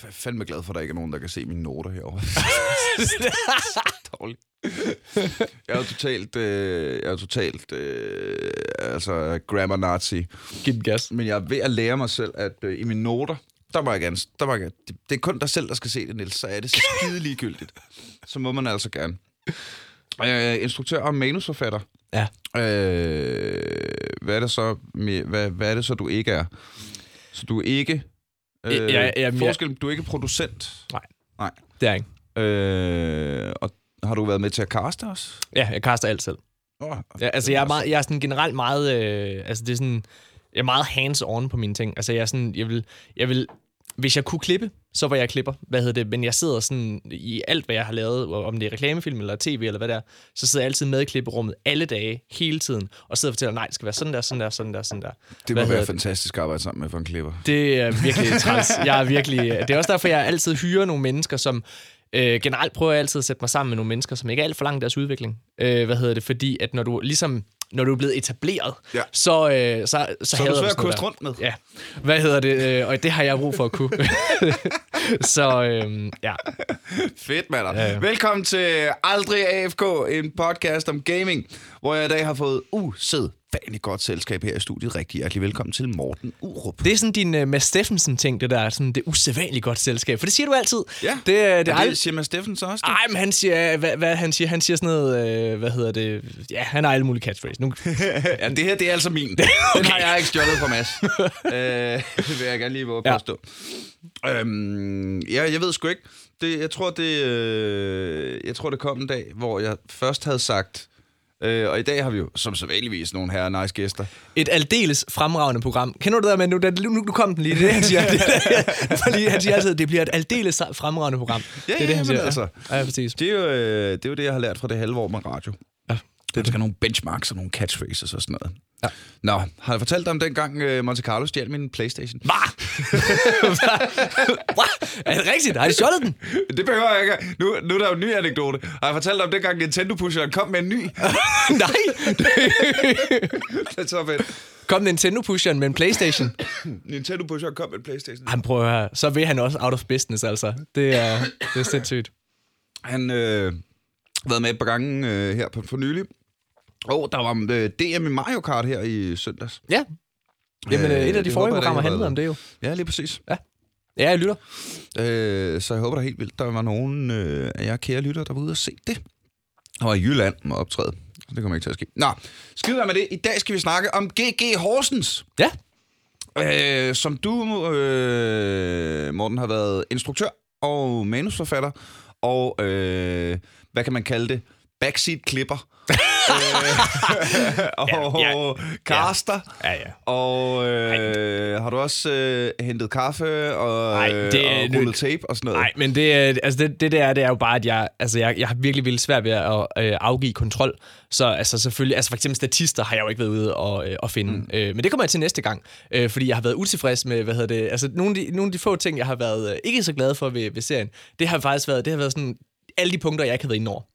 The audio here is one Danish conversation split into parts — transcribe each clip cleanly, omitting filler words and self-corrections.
er fandme glad for, at der ikke er nogen, der kan se mine noter herovre. Dårligt. Jeg er jo totalt altså grammar nazi. Giv den gas. Men jeg er ved at lære mig selv, at i mine noter, der må jeg gerne, det er kun dig selv, der skal se det, Niels, så er det skide ligegyldigt. Så må man altså gerne. Instruktør og manusforfatter. Ja. Hvad er det så, du ikke er? Så du er ikke... forskellen, du er ikke producent? Nej, det er ikke. Og har du været med til at caste også? Ja, jeg caster alt selv. Ja, altså, jeg er sådan generelt meget... altså, det er sådan... Jeg er meget hands-on på mine ting. Altså, jeg er sådan... Jeg vil hvis jeg kunne klippe, så var jeg klipper. Men jeg sidder sådan i alt, hvad jeg har lavet, om det er reklamefilm eller tv eller hvad det er, så sidder jeg altid med i klipperummet alle dage, hele tiden, og sidder og fortæller, nej, det skal være sådan der, sådan der, sådan der, sådan der. Det må være fantastisk at arbejde sammen med for en klipper. Det er virkelig træls. Det er også derfor, jeg altid hyrer nogle mennesker, som... generelt prøver jeg altid at sætte mig sammen med nogle mennesker, som ikke er alt for langt i deres udvikling. Fordi at når du er blevet etableret, ja. så er du svær at koste rundt med. Ja. Og det har jeg brug for at kunne. Så ja. Fedt, mander. Ja. Velkommen til Aldrig AFK, en podcast om gaming, hvor jeg i dag har fået usædvanligt godt selskab her i studiet. Rigtig hjertelig velkommen til Morten Urup. Det er sådan din Mads Steffensen-ting, det der, sådan det usædvanligt godt selskab. For det siger du altid. Ja, det siger Mads Steffensen også. Nej, men han siger, hvad han siger? Han siger sådan noget, ja, han har alle mulige catchphrases. Nu... ja, det her, det er altså min. Okay. Den har jeg ikke stjålet fra Mads. Det vil jeg gerne lige våge at påstå. Ja, jeg ved sgu ikke. Jeg tror, det kom en dag, hvor jeg først havde sagt... og i dag har vi jo, som sædvanligvis, nogle herre nice gæster. Et aldeles fremragende program. Kender du det der med, nu kom den lige, det han siger. Han siger altid, det bliver et aldeles fremragende program. Ja, det er det, han siger. Altså, ja, præcis. Det er jo det, jeg har lært fra det halve år med radio. Ja. Der skal nogle benchmarks og nogle catchphrases og sådan noget. Ja. Nå, har jeg fortalt dig om dengang Monte Carlo stjal min PlayStation? Hvad? Er det rigtigt? Har I stjålet den? Det behøver jeg ikke. Nu er der jo en ny anekdote. Har jeg fortalt dig om dengang Nintendo-pusheren kom med en ny? Nej! Det er så fedt. Kom Nintendo-pusheren med en PlayStation? Nintendo-pusheren kom med en PlayStation. Han prøver her. Så vil han også out of business, altså. Det er sindssygt. Han været med et par gange her for nylig. Der var DM i Mario Kart her i søndags. Ja. Jamen, et af de forrige programmer handlede om det jo. Ja, lige præcis. Ja, jeg lytter. Så jeg håber, der er helt vildt. Der var nogen af jer kære lytter, der var ude og se det. Og var i Jylland og optræde. Det kommer ikke til at ske. Nå, skid med det. I dag skal vi snakke om GG Horsens. Ja. Som du, Morten, har været instruktør og manusforfatter. Og hvad kan man kalde det? Backseat-klipper. Og caster. Ja. Og har du også hentet kaffe og rullet tape og sådan noget? Nej, men det er jo bare, at jeg har virkelig vildt svært ved at afgive kontrol. Så altså selvfølgelig, altså for eksempel statister har jeg jo ikke været ude og finde. Men det kommer jeg til næste gang, fordi jeg har været utilfreds med, altså nogle af de få ting, jeg har været ikke så glad for ved serien, det har faktisk været sådan alle de punkter, jeg ikke havde været inde over.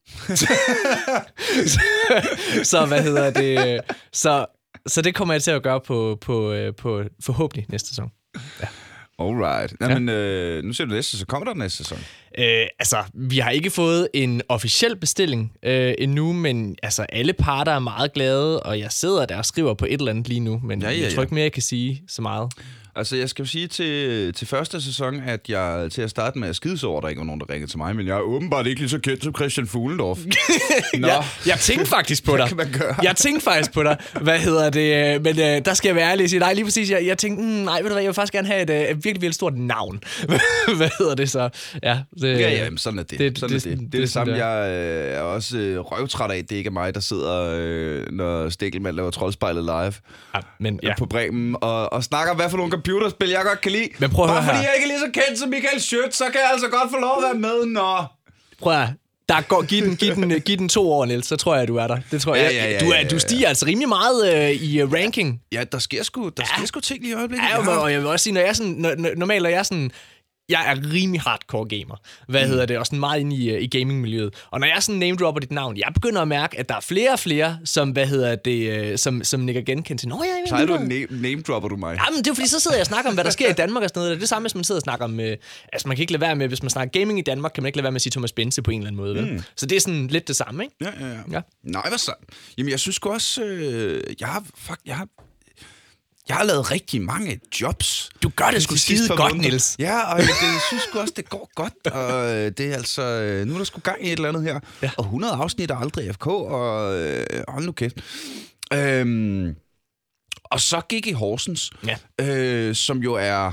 Så det kommer jeg til at gøre på forhåbentlig næste sæson. Ja. Alright. Jamen, nu ser du næste sæson. Kommer der næste sæson? Vi har ikke fået en officiel bestilling endnu, men altså, alle parter er meget glade, og jeg sidder der og skriver på et eller andet lige nu, men jeg tror ikke mere, jeg kan sige så meget. Altså, jeg skal jo sige til første sæson, at jeg til at starte med at skide så over, der ikke var nogen, der ringede til mig, men jeg er åbenbart ikke lige så kendt som Christian Fuglendorf. Jeg tænkte faktisk på dig. Hvad kan man gøre? Jeg tænkte faktisk på dig. Men der skal jeg være ærlig og sige, nej, lige præcis, jeg tænkte, nej, ved du hvad, jeg vil faktisk gerne have et virkelig, virkelig stort navn. Så? Ja, jamen, sådan er det. Det er det samme, jeg er også røvtræt af. Det er ikke mig, der sidder, når Stikkelmann laver Troldspejlet live på Bremen, og snakker, hvad for nogle computerspil, jeg godt kan lide. Men prøv at høre her. Bare fordi jeg ikke er lige så kendt som Michael Schødt, så kan jeg altså godt få lov at være med, når... Prøv at høre. Giv den 2 år, Niels, så tror jeg, du er der. Det tror jeg. Du stiger altså rimelig meget i ranking. Ja, der sker sgu ting i øjeblikket. Ja, og jeg vil også sige, når jeg sådan... Normalt er jeg sådan... jeg er rimelig hardcore gamer. Hvad hedder det? Og sådan meget inde i gaming-miljøet. Og når jeg sådan name-dropper dit navn, jeg begynder at mærke, at der er flere og flere, som, som nikker genkendt til. Nå, jeg plejer du name-dropper du mig? Jamen, det er jo fordi, så sidder jeg og snakker om, hvad der sker i Danmark og sådan noget. Det er det samme, hvis man sidder og snakker om... altså, man kan ikke lade være med, hvis man snakker gaming i Danmark, kan man ikke lade være med at sige Thomas Bense på en eller anden måde, vel? Så det er sådan lidt det samme, ikke? Ja. Nej, hvad så? Jamen, jeg synes også... Jeg har lavet rigtig mange jobs. Du gør det sgu skide godt, Niels. Ja, og jeg synes også, det går godt. Og det er altså... Nu er der sgu gang i et eller andet her. Ja. Og 100 afsnit er aldrig FK, og hold nu kæft. Og så gik i Horsens, som jo er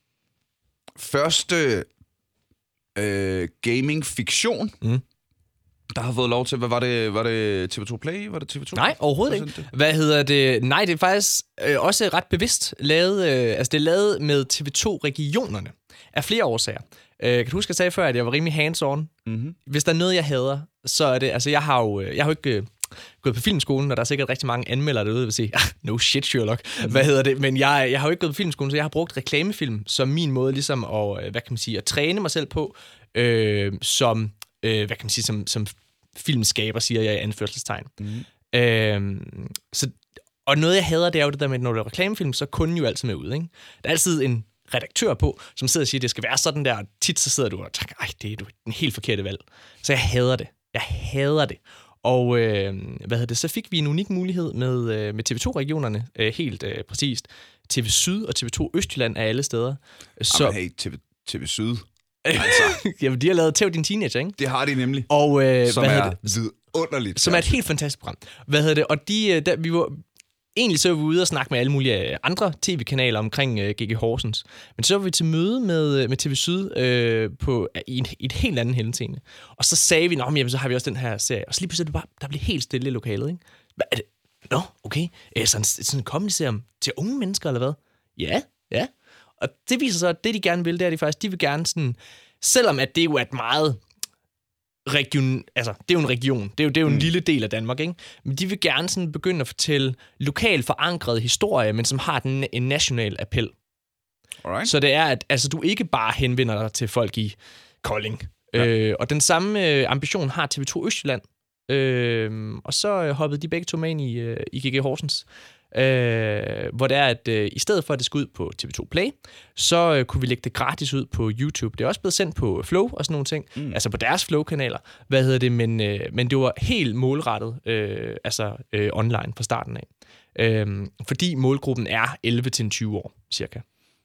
første gaming-fiktion. Der har fået lov til, hvad var det TV2 Play? Var det TV2? Nej, overhovedet ikke. Hvad hedder det? Nej, det er faktisk også ret bevidst lavet, altså det er lavet med TV2-regionerne af flere årsager. Kan du huske, jeg sagde før, at jeg var rimelig hands-on? Mm-hmm. Hvis der er noget, jeg hader, så er det, altså jeg har jo ikke gået på filmskolen, og der er sikkert rigtig mange anmeldere derude, der vil sige, no shit, Sherlock. Hvad hedder det? Men jeg har jo ikke gået på filmskolen, så jeg har brugt reklamefilm som min måde ligesom at, hvad kan man sige, at træne mig selv på, som hvad kan man sige, som filmskaber, siger jeg i anførselstegn. Og noget, jeg hader, det er jo det der med, at når du er reklamefilm, så er kunden jo altid med ud, ikke? Der er altid en redaktør på, som sidder og siger, at det skal være sådan der, og tit så sidder du og tænker, det er den helt forkerte valg. Så jeg hader det. Og så fik vi en unik mulighed med TV2-regionerne, helt præcist. TV Syd og TV2 Østjylland er alle steder. Så hey, TV Syd. Altså. Jamen, de har lavet Tæv din teenager, ikke? Det har de nemlig. Og, som er vidunderligt. Som er et helt fantastisk program. Og vi var... Egentlig så var vi ude og snakke med alle mulige andre tv-kanaler omkring GG Horsens. Men så var vi til møde med TV Syd i et helt andet henseende. Og så sagde vi, jamen, så har vi også den her serie. Og så lige pludselig der blev helt stille i lokalet, ikke? Hvad er det? Nå, okay. Sådan en comedy-serie til unge mennesker, eller hvad? Ja. Og det viser så, at det, de gerne vil, det er, de vil gerne sådan... Selvom at det jo er et meget... altså, det er jo en region. Det er jo en lille del af Danmark, ikke? Men de vil gerne sådan begynde at fortælle lokalt forankrede historier, men som har en national appel. Alright. Så det er, at altså, du ikke bare henvender dig til folk i Kolding. Ja. Og den samme ambition har TV2 Østjylland. Og så hoppede de begge to med ind i GG Horsens. Hvor det er, at i stedet for, at det skal ud på TV2 Play, så kunne vi lægge det gratis ud på YouTube. Det er også blevet sendt på Flow og sådan nogle ting, altså på deres Flow-kanaler. Men det var helt målrettet, online fra starten af. Fordi målgruppen er 11-20 år, cirka.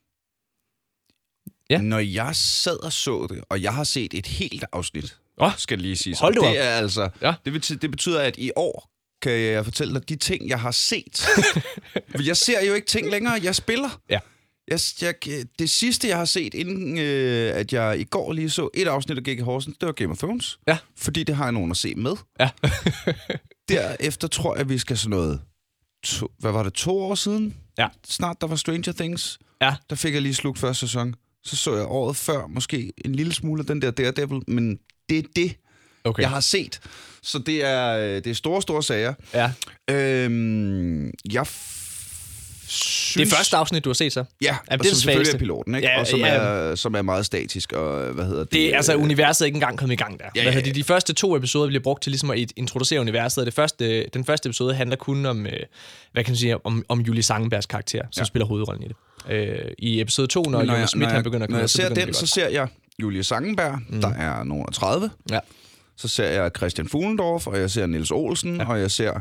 Ja. Når jeg sad og så det, og jeg har set et helt afsnit, skal lige sige. Hold det er altså, det betyder, at i år kan jeg fortælle dig de ting, jeg har set. Jeg ser jo ikke ting længere, jeg spiller. Ja. Det sidste, jeg har set, inden at jeg i går lige så et afsnit af GG Horsens, det var Game of Thrones. Ja. Fordi det har jeg nogen at se med. Ja. Derefter tror jeg, vi skal sådan noget... 2 år siden? Ja. Snart, der var Stranger Things. Ja. Der fik jeg lige slugt første sæson. Så jeg året før måske en lille smule af den der Daredevil, men det er det, jeg har set. Så det er store sager. Ja. Jeg synes... Det første afsnit, du har set så? Ja, og det er selvfølgelig piloten, ikke? Ja, og som er meget statisk, og hvad hedder det? Det er altså, universet er ikke engang kommet i gang der. Ja. De første 2 episoder bliver brugt til ligesom at introducere universet, og den første episode handler kun om, hvad kan man sige, om Julie Sangenbergs karakter, som spiller hovedrollen i det. I episode 2, når Jonas Schmidt han begynder at komme, når jeg ser den, så ser jeg Julie Sangenberg, der er nogen af 30. Ja. Så ser jeg Christian Fuglendorf, og jeg ser Niels Olsen, og jeg ser,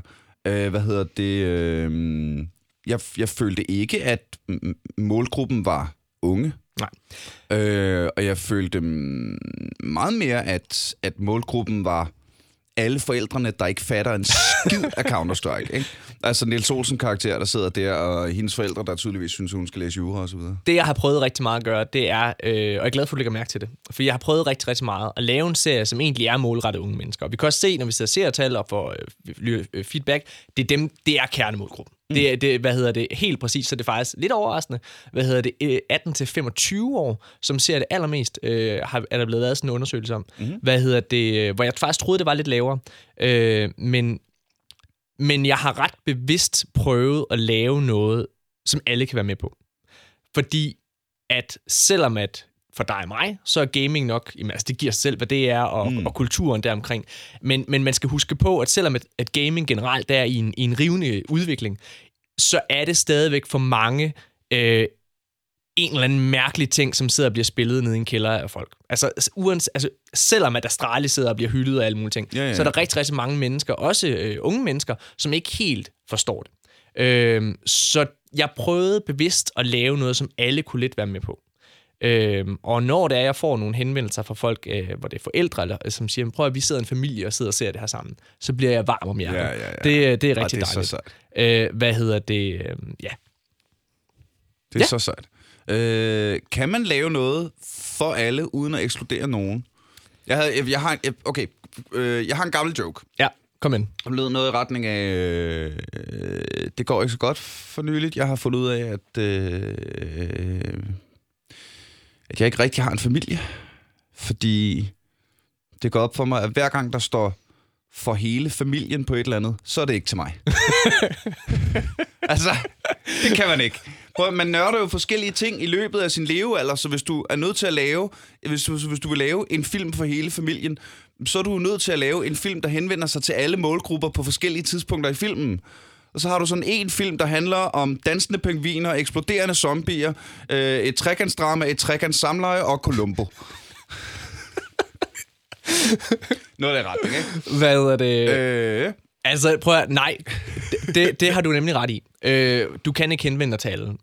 jeg følte ikke, at målgruppen var unge. Nej. Og jeg følte meget mere, at målgruppen var alle forældrene, der ikke fatter en skid af Counter-Strike, ikke? Altså Niels Olsen-karakter, der sidder der, og hendes forældre, der tydeligvis synes, at hun skal læse jura og så videre. Det, jeg har prøvet rigtig meget at gøre, det er, og jeg er glad for, at du lægger mærke til det, for jeg har prøvet rigtig, rigtig meget at lave en serie, som egentlig er målrettet unge mennesker. Og vi kan også se, når vi ser seertal og får feedback, det er kernemålgruppen. Det helt præcis, så det er faktisk lidt overraskende. 18-25 år, som ser det allermest, er der blevet lavet sådan en undersøgelse om. Hvor jeg faktisk troede, det var lidt lavere. Men jeg har ret bevidst prøvet at lave noget, som alle kan være med på. Fordi at selvom at for dig og mig, så er gaming nok, jamen, altså det giver sig selv, hvad det er, og kulturen deromkring. Men man skal huske på, at selvom at gaming generelt er i en rivende udvikling, så er det stadigvæk for mange en eller anden mærkelig ting, som sidder og bliver spillet nede i en kælder af folk. Altså selvom at Astralis sidder og bliver hyldet og alle mulige ting, så er der rigtig, rigtig mange mennesker, også unge mennesker, som ikke helt forstår det. Så jeg prøvede bevidst at lave noget, som alle kunne lidt være med på. Og når det er, jeg får nogle henvendelser fra folk, hvor det er forældre, eller, som siger, prøv at vi sidder en familie og sidder og ser det her sammen, så bliver jeg varm om hjertet. Ja. Det er rigtig dejligt. Hvad hedder det? Det er så sejt. Kan man lave noget for alle, uden at ekskludere nogen? Jeg har en gammel joke. Ja, kom ind. Jeg lød noget i retning af... det går ikke så godt for nyligt. Jeg har fundet ud af, at jeg ikke rigtig har en familie. Fordi det går op for mig, at hver gang der står for hele familien på et eller andet, så er det ikke til mig. Altså, det kan man ikke. Man nørder jo forskellige ting i løbet af sin levealder, så hvis du er nødt til at lave, hvis du vil lave en film for hele familien, så er du nødt til at lave en film, der henvender sig til alle målgrupper på forskellige tidspunkter i filmen. Og så har du sådan en film, der handler om dansende pingviner, eksploderende zombier, et trekantsdrama, et trekantssamleje og Columbo. Noget af det ret, ikke? Hvad er det? Altså, prøv at... Nej, det har du nemlig ret i. Du kan ikke henvende dig til alle.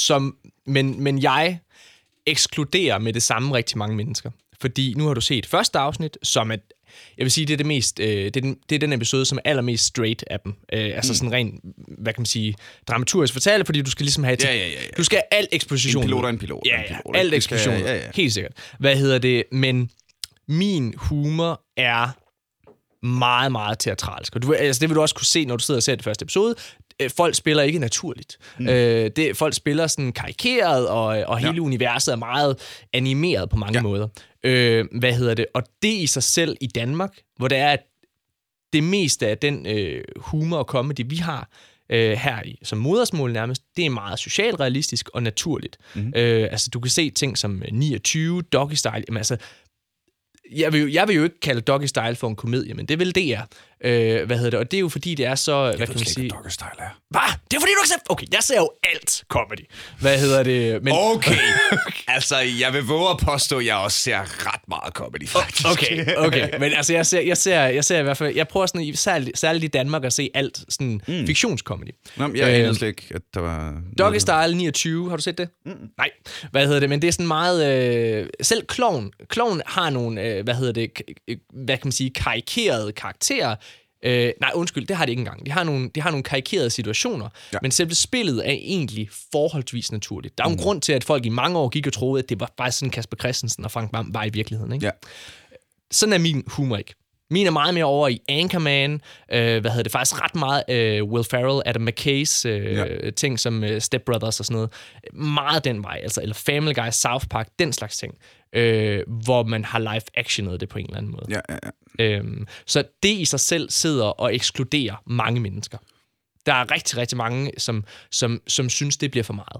Men jeg ekskluderer med det samme rigtig mange mennesker. Fordi nu har du set første afsnit, som at... Jeg vil sige, det er det mest... det er den episode, som er allermest straight af dem. Altså sådan rent, hvad kan man sige, dramaturgisk fortale, fordi du skal ligesom have... Du skal have alt eksposition. En pilot og en pilot. Ja, alt eksposition. Helt sikkert. Hvad hedder det? Men min humor er meget, meget teatralsk. Og det vil du også kunne se, når du sidder og ser det første episode. Folk spiller ikke naturligt. Folk spiller sådan karikeret, og hele universet er meget animeret på mange måder. Hvad hedder det? Og det i sig selv i Danmark, hvor det er, at det meste af den humor og comedy, vi har her som modersmål nærmest, det er meget socialrealistisk og naturligt. Altså, du kan se ting som 29, Doggy Style, jamen altså, jeg vil jo ikke kalde Doggy Style for en komedie, men det vil det er. Hvad hedder det? Og det er jo fordi, det er så... Hvad kan man sige? Doggy Style er. Hvad? Det er fordi, du ikke ser... Okay, jeg ser jo alt comedy. Hvad hedder det? Men... Okay. Altså, jeg vil våge at påstå, at jeg også ser ret meget comedy, faktisk. Okay. Men altså, jeg ser i hvert fald... Jeg prøver sådan, særligt i Danmark at se alt sådan fiktionscomedy. Nå, jeg anede slet ikke, at der var... Doggy Style 29, har du set det? Nej. Hvad hedder det? Men det er sådan meget... selv Klovn har nogle, hvad kan man sige, karikerede karakterer. Nej, undskyld, det har de ikke engang. De har nogle karikerede situationer, men selve spillet er egentlig forholdsvis naturligt. Der er jo en grund til, at folk i mange år gik og troede, at det var bare sådan Kasper Christensen og Frank Hvam var i virkeligheden. Ikke? Ja. Sådan er min humor ikke. Min er meget mere over i Anchorman, faktisk ret meget Will Ferrell, Adam McKay's ting som Step Brothers og sådan noget. Meget den vej, altså, eller Family Guy, South Park, den slags ting, hvor man har live-actionet det på en eller anden måde. Så det i sig selv sidder og ekskluderer mange mennesker. Der er rigtig, rigtig mange, som synes, det bliver for meget.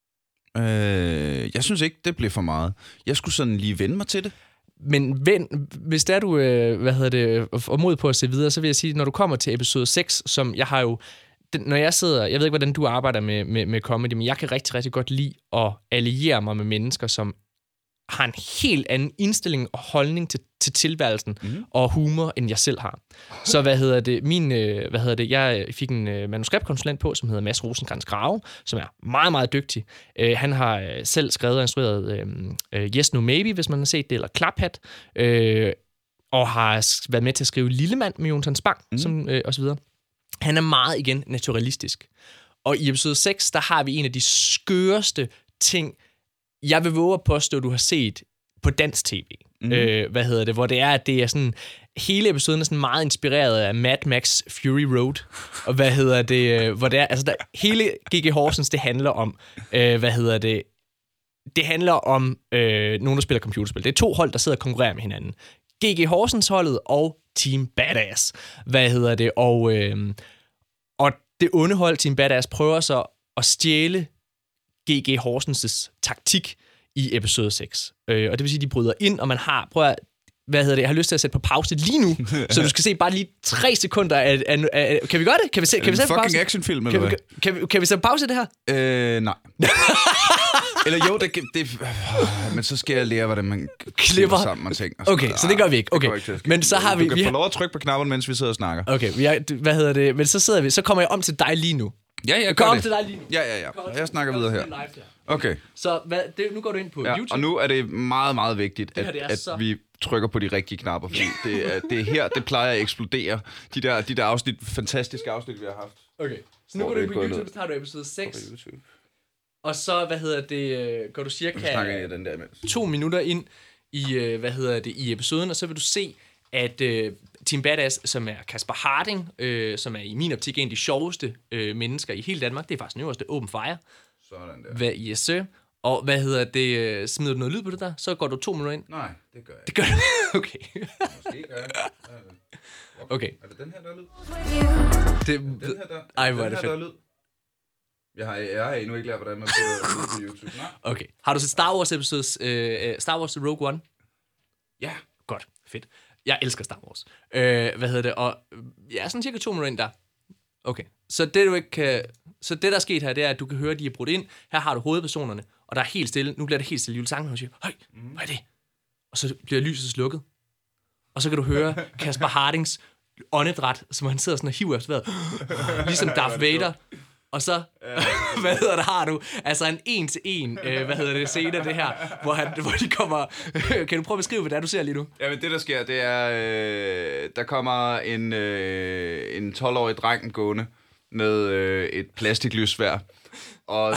Jeg synes ikke, det bliver for meget. Jeg skulle sådan lige vende mig til det. Men hvis der du, og mod på at se videre, så vil jeg sige, når du kommer til episode 6, som jeg har jo, når jeg sidder, jeg ved ikke, hvordan du arbejder med comedy, men jeg kan rigtig, rigtig godt lide at alliere mig med mennesker, som har en helt anden indstilling og holdning til tilværelsen og humor, end jeg selv har. Så jeg fik en manuskriptkonsulent på, som hedder Mads Rosenkrantz Grave, som er meget, meget dygtig. Han har selv skrevet og instrueret Yes, No, Maybe, hvis man har set det, eller Klaphat, og har været med til at skrive Lillemand med Jonathan Spang, og så videre. Han er meget, igen, naturalistisk. Og i episode 6, der har vi en af de skøreste ting, jeg vil våge at påstå, at du har set på dansk tv. Hvor det er, at det er sådan... Hele episoden er sådan meget inspireret af Mad Max Fury Road. Og hvor det er... Altså, hele G.G. Horsens, det handler om... Det handler om nogen, der spiller computerspil. Det er 2 hold, der sidder og konkurrerer med hinanden. G.G. Horsens-holdet og Team Badass. Og det onde hold, Team Badass, prøver så at stjæle G.G. Horsens' taktik i episode 6. Og det vil sige, at de bryder ind, og man har... jeg har lyst til at sætte på pause lige nu, så du skal se bare lige 3 sekunder af kan vi gøre det? Kan vi se på pause? Fucking actionfilm, eller hvad? Kan vi sætte på pause det her? Nej. Eller jo, men så skal jeg lære, hvordan man klipper sammen og ting. Og okay, så det gør vi ikke. Okay. Men så har vi... Du kan få lov at trykke på knappen, mens vi sidder og snakker. Okay, men så sidder vi... Så kommer jeg om til dig lige nu. Ja, gør det. Til dig lige nu. Ja. Jeg snakker videre her. Okay. Så nu går du ind på YouTube. Og nu er det meget, meget vigtigt, at vi trykker på de rigtige knapper, fordi det er her, det plejer at eksplodere. De der afsnit, fantastiske afsnit, vi har haft. Okay, så nu går du ind på YouTube, så tager du episode 6. Og så, går du cirka 2 minutter ind i, i episoden, og så vil du se, at Team Badass, som er Kasper Harding, som er i min optik en af de sjoveste mennesker i hele Danmark, det er faktisk den øverste Open Fire. Sådan der. Yes, sir. Og smider du noget lyd på det der, så går du 2 minutter ind. Nej, det gør jeg ikke. Det gør du? Okay. Måske gør jeg. Okay. Er det den her, der er lyd? Den her, der? Ej, hvor er det fedt. Jeg har endnu ikke lært, hvordan man putter lyd på YouTube. Nej. Okay. Har du set Star Wars episodes, Star Wars Rogue One? Ja. Godt. Fedt. Jeg elsker Star Wars. Og jeg er sådan cirka 2 minutter ind der. Okay. Så det, du ikke kan... Så det, der er sket her, det er, at du kan høre, at de er brudt ind. Her har du hovedpersonerne, og der er helt stille. Nu bliver det helt stille. Jule Sangen, og siger, høj, hvad er det? Og så bliver lyset slukket. Og så kan du høre Kasper Hardings åndedræt, som han sidder sådan og hiver efter vejret. Ligesom Darth Vader. Og så, har du? Altså en 1-til-1, scene af det her, hvor de kommer... Kan du prøve at beskrive, hvad det er, du ser lige nu? Ja, men det, der sker, det er... der kommer en 12-årig dreng gående med et plastiklysværd. Og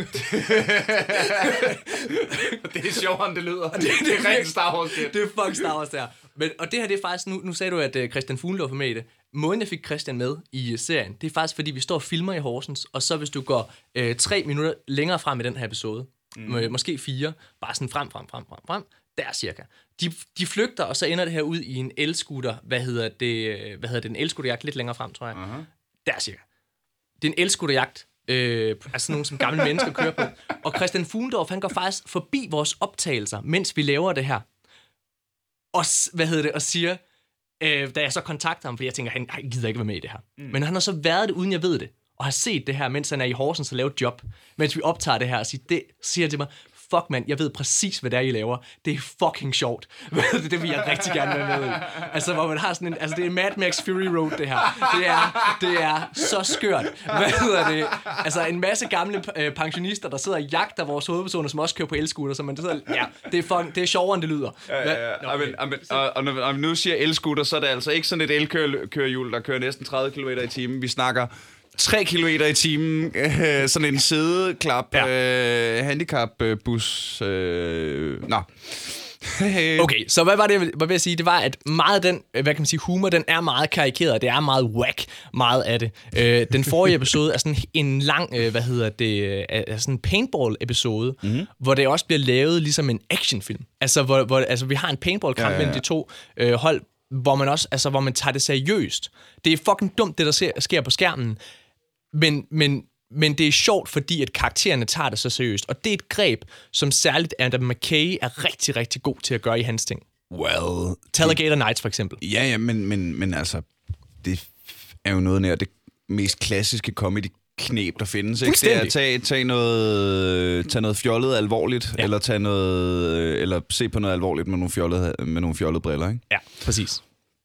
det er sjovere, end det lyder. Det er rent Star Wars. Det er fucking Star Wars, der. Og det her, det er faktisk... Nu sagde du, at Christian Fuglendorf var med i det. Måden, jeg fik Christian med i serien, det er faktisk, fordi vi står og filmer i Horsens, og så hvis du går 3 minutter længere frem i den her episode, måske 4, bare sådan frem, der cirka. De flygter, og så ender det her ud i en elscooter, en elscooterjagt lidt længere frem, tror jeg. Der cirka. Det er en elscooterjagt, altså nogen, som gamle mennesker kører på. Og Christian Fuglendorf, han går faktisk forbi vores optagelser, mens vi laver det her. Og, og siger... da jeg så kontakter ham, fordi jeg tænker, han gider ikke være med i det her. Men han har så været det, uden jeg ved det, og har set det her, mens han er i Horsens og laver et job, mens vi optager det her, og siger til mig, fuck mand, jeg ved præcis, hvad det er, I laver. Det er fucking sjovt. Det vil jeg rigtig gerne være med i. Altså, hvor man har sådan en... Altså, det er Mad Max Fury Road, det her. Det er så skørt. Altså, en masse gamle pensionister, der sidder og jagter vores hovedpersoner, som også kører på elscooter, så man sidder... Ja, det er sjovere, end det lyder. Og når vi nu siger elscooter, så er det altså ikke sådan et elkørehjul, der kører næsten 30 km i timen. Vi snakker 3 km i timen, sådan en sædeklap, handicapbus. Okay, så hvad var det, jeg var ved at sige? Det var, at meget af den, hvad kan man sige, humor, den er meget karikeret. Det er meget whack, meget af det. Den forrige episode er sådan en lang, er sådan en paintball-episode, hvor det også bliver lavet ligesom en actionfilm. Altså, hvor vi har en paintball-kamp mellem de to hold, hvor man også, altså, hvor man tager det seriøst. Det er fucking dumt, det der sker på skærmen. Men det er sjovt, fordi at karaktererne tager det så seriøst. Og det er et greb, som særligt Adam McKay er rigtig, rigtig god til at gøre i hans ting. Well... Talladega Nights for eksempel. Ja, men altså, det er jo noget nær det mest klassiske comedy-knep, der findes. Ikke? Det er at tage noget fjollet alvorligt, eller se på noget alvorligt med nogle fjollede briller, ikke? Ja, præcis.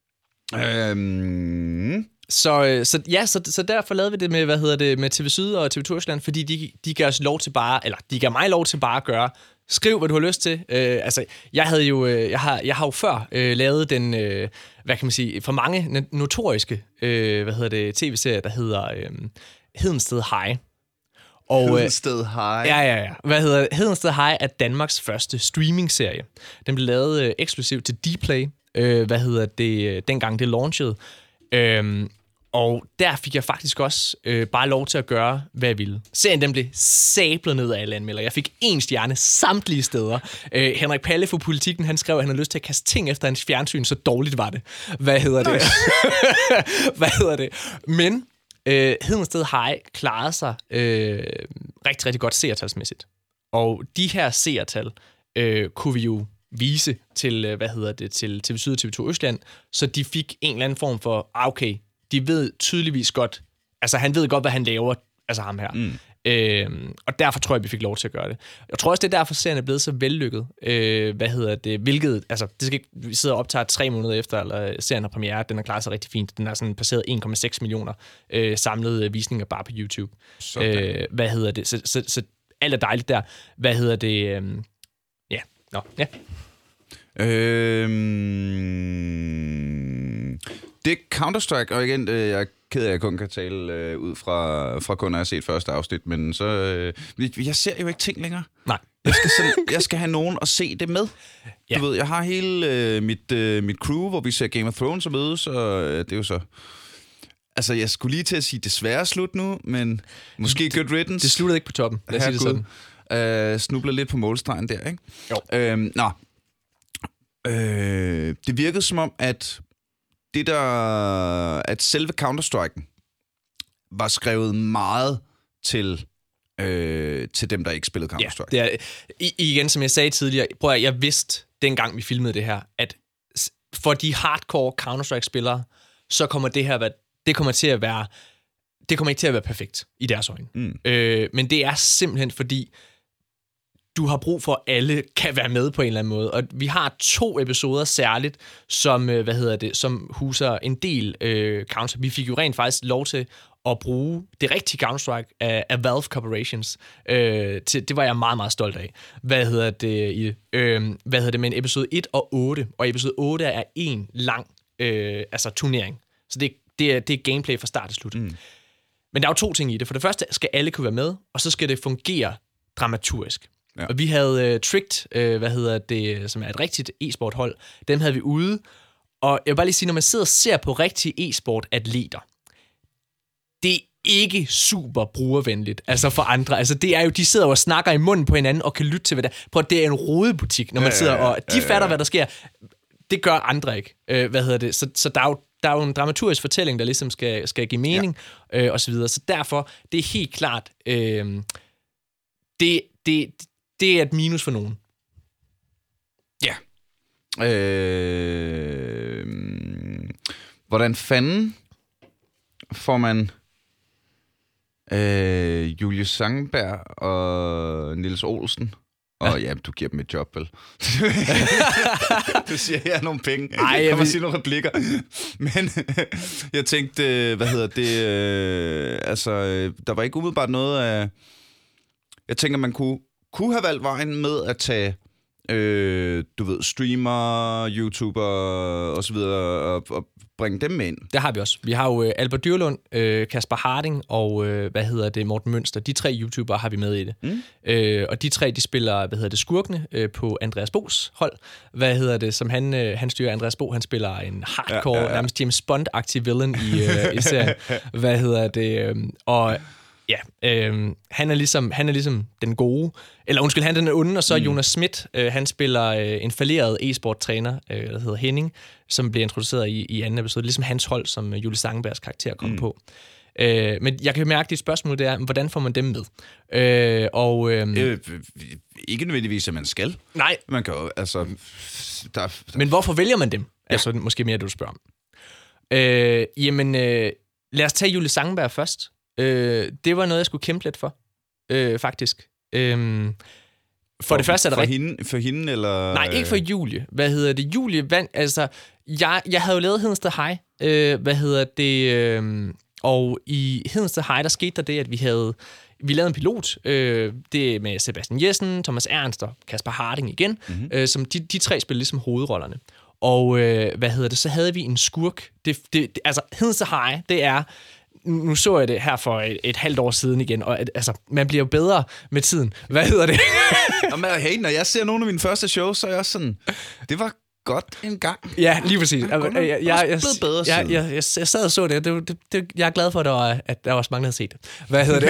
Så derfor lavede vi det med, med TV Syd og TV Torsland, fordi de gav os lov til de gav mig lov til bare at gøre. Skriv, hvad du har lyst til. Jeg har jo før lavet den, hvad kan man sige, for mange notoriske, tv-serier, der hedder Hedensted High. Hedensted High? Ja. Hedensted High er Danmarks første streaming-serie. Den blev lavet eksklusivt til Dplay, dengang det launchede. Og der fik jeg faktisk også bare lov til at gøre, hvad jeg ville. Serien den blev sablet ned af alle anmelder. Jeg fik 1 stjerne samtlige steder. Henrik Palle fra Politikken, han skrev, at han havde lyst til at kaste ting efter hans fjernsyn, så dårligt var det. Hvad hedder det? Men Hedensted High klarede sig rigtig, rigtig godt seertalsmæssigt. Og de her seertal kunne vi jo vise til, til TV Syd og TV2 Østland, så de fik en eller anden form for, okay, de ved tydeligvis godt, altså han ved godt, hvad han laver, altså ham her. Og derfor tror jeg, vi fik lov til at gøre det. Jeg tror også, det er derfor, serien er blevet så vellykket. Hvilket, altså, det skal ikke, vi sidder og optager 3 måneder efter, eller serien har premiere, den har klaret sig rigtig fint. Den har sådan passeret 1,6 millioner samlede visninger bare på YouTube. Så alt er dejligt der. Det Counter-Strike, og igen, jeg er ked af, at jeg kun kan tale ud fra kun at have set første afsnit, men så... jeg ser jo ikke ting længere. Nej. Jeg skal have nogen at se det med. Ja. Du ved, jeg har hele mit crew, hvor vi ser Game of Thrones og mødes, og det er jo så... Altså, jeg skulle lige til at sige, desværre slut nu, men måske good riddance. Det sluttede ikke på toppen, lad os sige det sådan. Snubler lidt på målstregen der, ikke? Jo. Det virkede som om, at selve Counter-Strike'en var skrevet meget til dem, der ikke spillede Counter-Strike. Ja, det er, igen, som jeg sagde tidligere, prøv at jeg vidste, dengang vi filmede det her, at for de hardcore Counter-Strike-spillere, så kommer det kommer ikke til at være perfekt i deres øjne. Men det er simpelthen fordi, du har brug for, at alle kan være med på en eller anden måde. Og vi har 2 episoder særligt, som, som huser en del Counter. Vi fik jo rent faktisk lov til at bruge det rigtige Counter-Strike af Valve Corporations. Det var jeg meget, meget stolt af. Men episode 1 og 8, og episode 8 er en lang turnering. Så det er gameplay fra start til slut. Men der er jo 2 ting i det. For det første skal alle kunne være med, og så skal det fungere dramaturgisk. Ja. Og vi havde Tricked, som er et rigtigt e-sport-hold, dem havde vi ude. Og jeg vil bare lige sige, når man sidder og ser på rigtige e-sport-atleter, det er ikke super brugervenligt, altså for andre. Altså det er jo, de sidder og snakker i munden på hinanden og kan lytte til, hvad der... Prøv, det er en rodebutik, når man sidder og... De fatter, hvad der sker. Det gør andre ikke. Så der er jo en dramaturgisk fortælling, der ligesom skal give mening, og så videre. Så derfor, det er helt klart... Det er et minus for nogen. Ja. Hvordan fanden får man Julius Sangenberg og Niels Olsen? Og ja, du giver dem et job, vel? Du siger, jeg har nogle penge. Kan man sige nogle replikker? Men jeg tænkte, der var ikke umiddelbart noget af... Jeg tænker, man kunne have valgt vejen med at tage, streamer, YouTuber og så videre, og bringe dem ind. Det har vi også. Vi har jo Albert Dyrlund, Kasper Harding og, Morten Mønster. De 3 YouTubere har vi med i det. Og de 3, de spiller, Skurkene på Andreas Bo's hold. Som han styrer. Andreas Bo, han spiller en hardcore, nærmest James Bond-aktiv villain i serien. Og... Ja, han er ligesom den gode, eller undskyld, han er den onde, og så Jonas Schmidt, han spiller en falderet e-sport-træner, der hedder Henning, som bliver introduceret i anden episode, ligesom hans hold, som Julie Sangenbergs karakter kom på. Men jeg kan mærke, at dit spørgsmål det er, hvordan får man dem med? Ikke nødvendigvis, at man skal. Nej. Man kan jo, altså... Men hvorfor vælger man dem? Ja. Altså, måske mere, du spørger om. Lad os tage Julie Sangenberg først. Det var noget, jeg skulle kæmpe lidt for, faktisk. For det første er det for hende, eller... Nej, ikke for Julie. Julie vandt... Altså, jeg havde jo lavet Hedensted High. Og i Hedensted High, der skete der det, at vi lavede en pilot. Det med Sebastian Jessen, Thomas Ernst og Kasper Harding igen. Som de 3 spillede ligesom hovedrollerne. Og så havde vi en skurk. Altså, Hedensted High, det er... Nu så jeg det her for et halvt år siden igen, og man bliver jo bedre med tiden. Hey, når jeg ser nogle af mine første shows, så er jeg også sådan, det var godt en gang. Ja, lige præcis. Jeg sad og så det. Jeg er glad for, at der var også mange, der havde set det.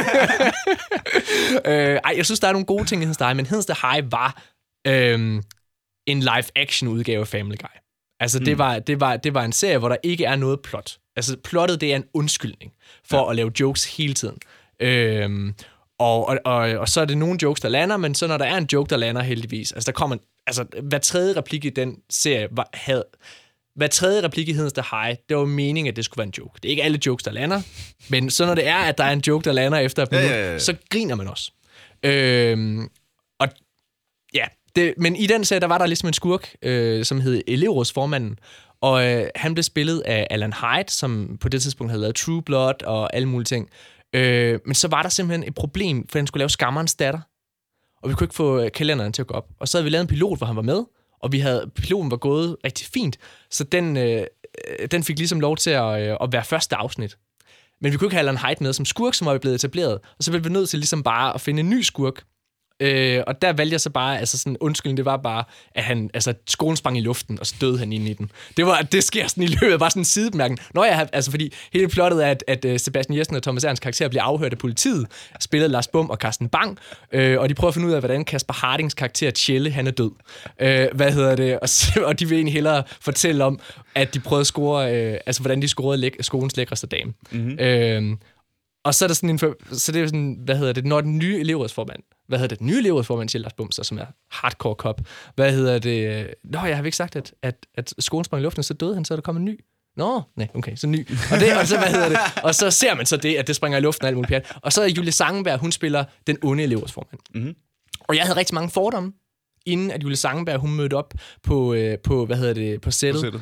Jeg synes, der er nogle gode ting i Hedensted High, men Hedensted High var en live-action udgave af Family Guy. Altså, det var en serie, hvor der ikke er noget plot. Altså, plottet, det er en undskyldning for at lave jokes hele tiden. Og så er det nogle jokes, der lander, men så når der er en joke, der lander heldigvis, altså der kommer, altså hver tredje replik i den serie hver tredje replik i Hedens der High, det var meningen, at det skulle være en joke. Det er ikke alle jokes, der lander, men så når det er, at der er en joke, der lander efter et minut, så griner man også. Og ja, men i den serie, der var der ligesom en skurk, som hed elevrådsformanden, og han blev spillet af Alan Hyde, som på det tidspunkt havde lavet True Blood og alle mulige ting. Men så var der simpelthen et problem, for han skulle lave Skammerens datter, og vi kunne ikke få kalenderen til at gå op. Og så havde vi lavet en pilot, hvor han var med, og piloten var gået rigtig fint, så den fik ligesom lov til at være første afsnit. Men vi kunne ikke have Alan Hyde med som skurk, som var blevet etableret, og så blev vi nødt til ligesom bare at finde en ny skurk. Og der valgte jeg så bare, altså sådan undskyldning, det var bare, at skolen sprang i luften, og så døde han inde i den. Det sker sådan i løbet, bare sådan en sidebemærkning. Fordi hele plottet er, at Sebastian Jessen og Thomas Ernsts karakter bliver afhørt af politiet, spillet Lars Bum og Carsten Bang, og de prøver at finde ud af, hvordan Kasper Hardings karakter Tjelle, han er død. Og de vil egentlig hellere fortælle om, at de prøvede at score, hvordan de scorede skolens lækreste dame. Mm-hmm. Og så er der sådan når den nye elevrådsformand, Kjeld Lars Bumser, som er hardcore cop, jeg har ikke sagt, at skolen sprang i luften, så døde han, så er der kommet en ny. Så ny. Og så ser man så det, at det springer i luften og alt muligt pjat. Og så er Julie Sangenberg, hun spiller den onde elevrådsformand. Mm-hmm. Og jeg havde rigtig mange fordomme, inden at Julie Sangenberg, hun mødte op på sættet.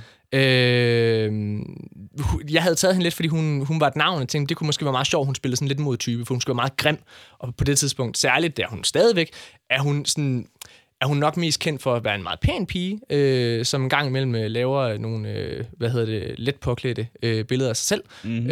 Jeg havde taget hende lidt, fordi hun var et navn, og tænkte, det kunne måske være meget sjovt, hun spillede sådan lidt mod type, for hun skulle være meget grim, og på det tidspunkt, særligt der hun stadigvæk, er hun nok mest kendt for at være en meget pæn pige, som en gang imellem laver nogle, let påklædte billeder af sig selv,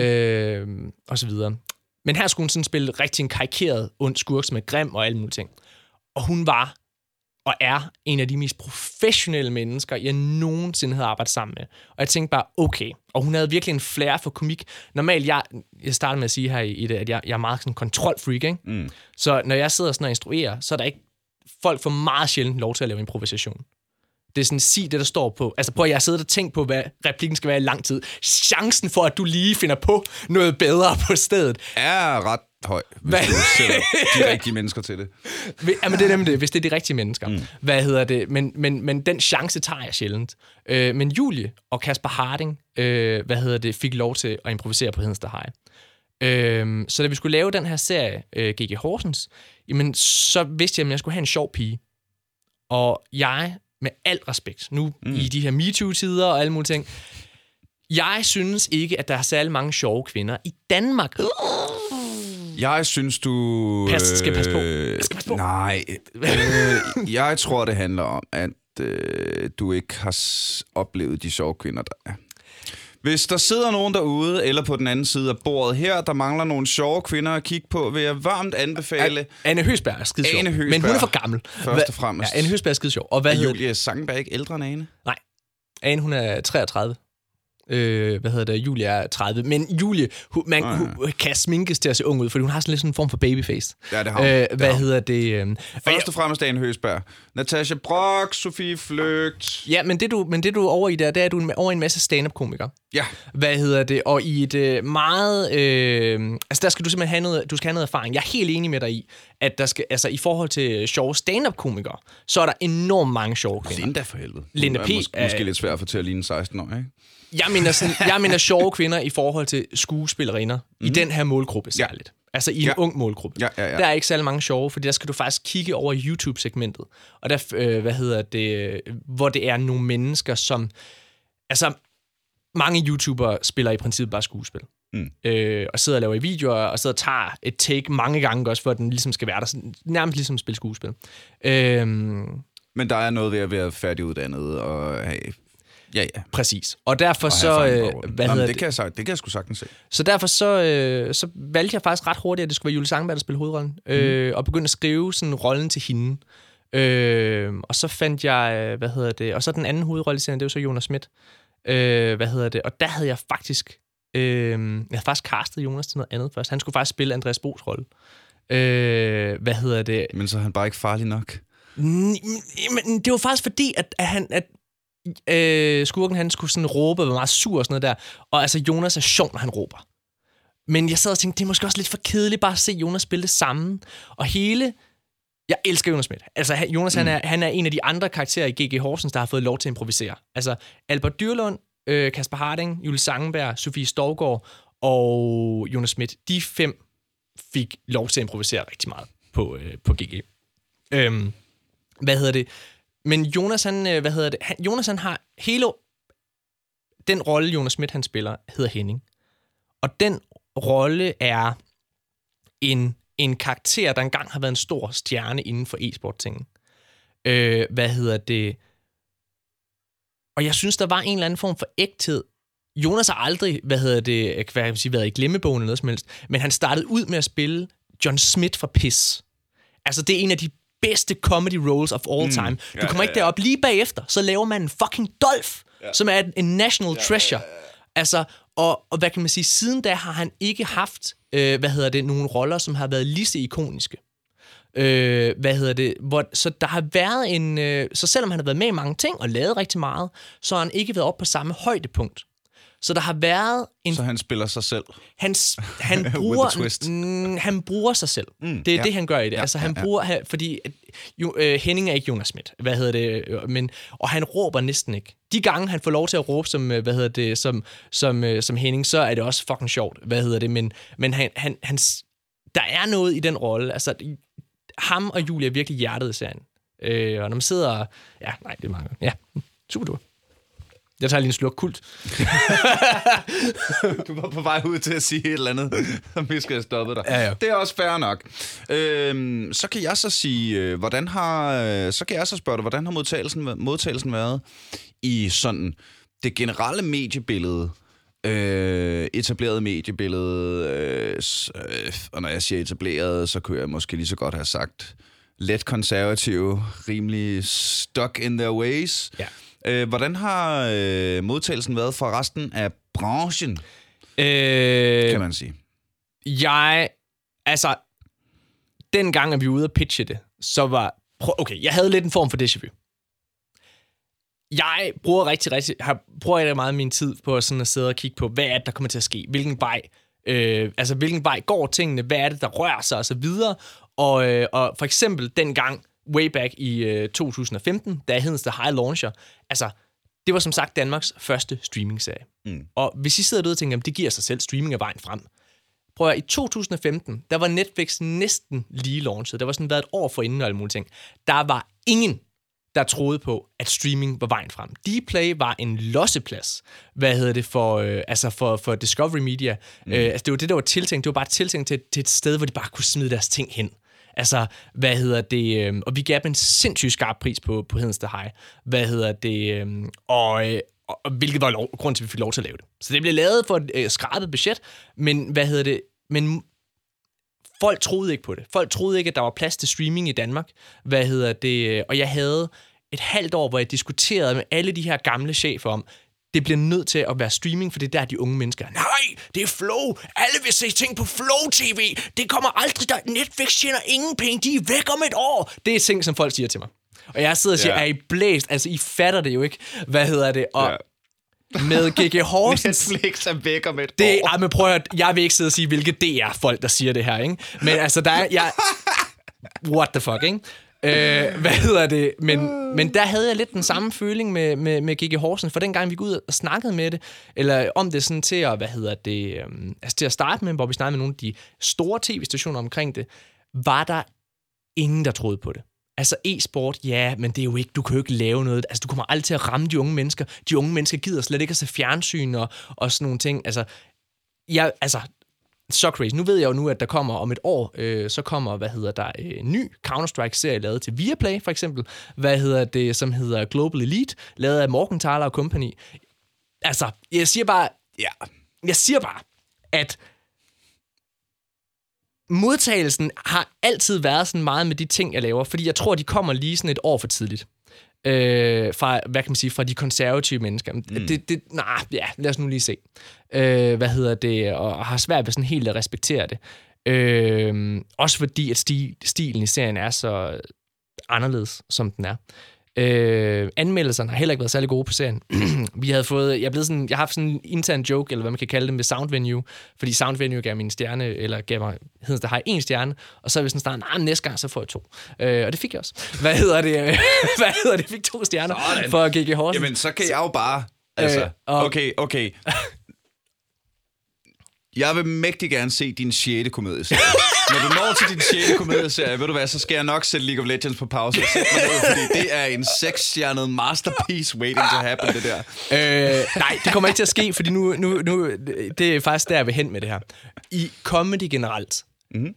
og så videre. Men her skulle hun sådan spille rigtig en karikeret ond skurk, som er grim og alle mulige ting. Og hun var og er en af de mest professionelle mennesker, jeg nogensinde havde arbejdet sammen med. Og jeg tænkte bare, okay. Og hun havde virkelig en flair for komik. Normalt, jeg startede med at sige her i det, at jeg er meget sådan en kontrolfreak, ikke? Mm. Så når jeg sidder sådan og instruerer, så er der ikke folk får meget sjældent lov til at lave improvisation. Det er sådan, sig det, der står på. Altså prøv at jeg har siddet og tænkt på, hvad replikken skal være i lang tid. Chancen for, at du lige finder på noget bedre på stedet, er ret høj, hvis du sætter de rigtige mennesker til det. Jamen det er nemlig det, hvis det er de rigtige mennesker. Men den chance tager jeg sjældent. Men Julie og Kasper Harding, fik lov til at improvisere på Hedens der High. Så da vi skulle lave den her serie, G.G. Horsens, jamen så vidste jeg, at jeg skulle have en sjov pige. Og jeg, med al respekt, nu i de her MeToo-tider og alle mulige ting, jeg synes ikke, at der er særlig mange sjove kvinder i Danmark. Jeg synes, du... skal passe på. Nej. Jeg tror, det handler om, at du ikke har oplevet de sjove kvinder, der er. Hvis der sidder nogen derude, eller på den anden side af bordet her, der mangler nogle sjove kvinder at kigge på, vil jeg varmt anbefale... Anne Høsberg er skide sjov, men hun er for gammel. Først og fremmest. Ja, Anne Høsberg er skide sjov. Og hvad Julie Sangenberg ikke ældre end Ane? Nej. Ane, hun er 33. Julie er 30. Men Julie, hun kan sminkes til at se ung ud, fordi hun har sådan lidt sådan en form for babyface. Ja, det har hun. Først og fremmest Ane Høsberg. Natasha Brock, Sofie Flygt. Ja, men det du er over i der, det er, at du er over i en masse stand-up-komikere. Ja. Og i et meget... der skal du simpelthen have noget, du skal have noget erfaring. Jeg er helt enig med dig i, at der skal, i forhold til sjove stand-up-komikere, så er der enormt mange sjove kvinder. Linda for helvede. Linda P. Måske lidt svært at få til at ligne 16 år, ikke? Jeg mener sjove kvinder i forhold til skuespillerinder i den her målgruppe særligt. Ja. Altså i en ung målgruppe. Ja. Der er ikke særlig mange sjove, for der skal du faktisk kigge over YouTube-segmentet. Og der, hvor det er nogle mennesker, som... Altså, mange YouTubere spiller i princippet bare skuespil. Og sidder og laver videoer, og sidder og tager et take mange gange også, for at den ligesom skal være der. Nærmest ligesom spille skuespil. Men der er noget ved at være færdiguddannet og have... Ja. Præcis. Og derfor det kan jeg sgu sagtens se. Så derfor så valgte jeg faktisk ret hurtigt, at det skulle være Julie Sangenberg, der spille hovedrollen. Og begyndte at skrive sådan rollen til hende. Og så fandt jeg, og så den anden hovedrolle, det var så Jonas Schmidt. Og der havde jeg faktisk, castet Jonas til noget andet først. Han skulle faktisk spille Andreas Bo's rolle. Men så er han bare ikke farlig nok? Men det var faktisk fordi, at skurken, han skulle sådan råbe og være meget sur og sådan noget der. Og altså, Jonas er sjov, når han råber. Men jeg sad og tænkte, det er måske også lidt for kedeligt bare at se Jonas spille det samme. Og jeg elsker Jonas Schmidt. Altså, Jonas, han er en af de andre karakterer i G.G. Horsens, der har fået lov til at improvisere. Altså, Albert Dyrlund, Kasper Harding, Julie Sangenberg, Sofie Stovgaard og Jonas Schmidt, de 5 fik lov til at improvisere rigtig meget på GG. Men Jonas, Jonas, han har hele... Den rolle, Jonas Schmidt, han spiller, hedder Henning. Og den rolle er en karakter, der engang har været en stor stjerne inden for e-sport-tingen. Og jeg synes, der var en eller anden form for ægthed. Jonas har aldrig, været i glemmebogen eller noget som helst, men han startede ud med at spille John Smith fra Piss. Altså, det er en af de bedste comedy roles of all time. Du kommer ikke derop lige bagefter, så laver man en fucking Dolph, som er en national treasure. Altså, og hvad kan man sige, siden da har han ikke haft, nogle roller, som har været lige så ikoniske. Så der har været så selvom han har været med i mange ting og lavet rigtig meget, så har han ikke været op på samme højdepunkt. Så der har været Så han spiller sig selv? Han bruger sig selv. Det er det, han gør i det. Altså, han bruger... Fordi Henning er ikke Jonas Schmidt. Og han råber næsten ikke. De gange, han får lov til at råbe som Henning, så er det også fucking sjovt. Men der er noget i den rolle. Altså, ham og Julie er virkelig hjertet i serien. Og når man sidder... Ja, nej, det er meget... Ja, super duper. Jeg tager lige en slurk kult. Du var på vej ud til at sige et eller andet, som vi skal have stoppet dig. Ja. Det er også fair nok. Så kan jeg så sige, hvordan har modtagelsen været i sådan det generelle mediebillede, etableret mediebillede, og når jeg siger etableret, så kunne jeg måske lige så godt have sagt let konservative, rimelig stuck in their ways. Ja. Hvordan har modtagelsen været for resten af branchen, kan man sige? Dengang, at vi var ude at pitche det, så var... Okay, jeg havde lidt en form for déjà vu. Jeg bruger rigtig meget af min tid på sådan at sidde og kigge på, hvad er det, der kommer til at ske? Hvilken vej går tingene? Hvad er det, der rører sig? Og så videre. Og for eksempel dengang, way back i 2015, da Hedens High Launcher, altså, det var som sagt Danmarks første streaming-serie. Og hvis I sidder derude og tænker, det giver sig selv, streaming er vejen frem. Prøv at i 2015, der var Netflix næsten lige launchet. Der var sådan været et år forinden og alle mulige ting. Der var ingen, der troede på, at streaming var vejen frem. Dplay var en losseplads, for Discovery Media. Altså, det var det, der var tiltænkt. Det var bare tiltænkt til et sted, hvor de bare kunne smide deres ting hen. Altså, og vi gav dem en sindssygt skarp pris på Hedens High. Og hvilket var grund til, at vi fik lov til at lave det. Så det blev lavet for et skrabet budget, men men folk troede ikke på det. Folk troede ikke, at der var plads til streaming i Danmark. Og jeg havde et halvt år, hvor jeg diskuterede med alle de her gamle chefer om, det bliver nødt til at være streaming, for det er der, de unge mennesker. Nej, det er Flow. Alle vil se ting på Flow TV. Det kommer aldrig der. Netflix tjener ingen penge. De er væk om et år. Det er ting, som folk siger til mig. Og jeg sidder og siger, er I blæst? Altså, I fatter det jo ikke. Og med G.G. Horsens... Netflix er væk om et år. Men prøv at jeg vil ikke sidde og sige, hvilke DR-folk, der siger det her, ikke? Men altså, der er... What the fuck, ikke? Men der havde jeg lidt den samme føling med G.G. Horsens, for dengang vi gik ud og snakkede med det, eller om det sådan til at, til at starte med, hvor vi snakkede med nogle af de store tv-stationer omkring det, var der ingen, der troede på det. Altså e-sport, ja, men det er jo ikke, du kan jo ikke lave noget. Altså, du kommer aldrig til at ramme de unge mennesker. De unge mennesker gider slet ikke at se fjernsyn og sådan nogle ting. Så crazy. Nu ved jeg jo at der kommer om et år, så kommer, en ny Counter-Strike-serie lavet til Viaplay, for eksempel. Som hedder Global Elite, lavet af Morgenthaler og Company. Altså, jeg siger bare, at modtagelsen har altid været sådan meget med de ting, jeg laver, fordi jeg tror, de kommer lige sådan et år for tidligt. Fra de konservative mennesker. Lad os nu lige se. Og har svært ved sådan helt at respektere det. Også fordi, at stilen i serien er så anderledes, som den er. Anmeldelserne har heller ikke været særlig gode på serien. Jeg har haft sådan en intern joke, eller hvad man kan kalde det, med Sound Venue, fordi Sound Venue gav min stjerne, eller gav mig, der har 1 stjerne, og så er vi sådan næste gang, så får jeg 2. Og det fik jeg også. Hvad hedder det? Jeg fik 2 stjerner sådan. For GG Horsen. Jamen, så kan jeg jo bare... Altså, okay. Jeg vil mægtig gerne se din 6. komedieserie. Når du når til din 6. komedieserie, ved du hvad, så skal jeg nok sætte League of Legends på pause og sætte mig ned, fordi det er en 6-stjernet masterpiece waiting to happen, det der. Nej, det kommer ikke til at ske, fordi nu det er faktisk der, jeg vil hen med det her. I comedy generelt.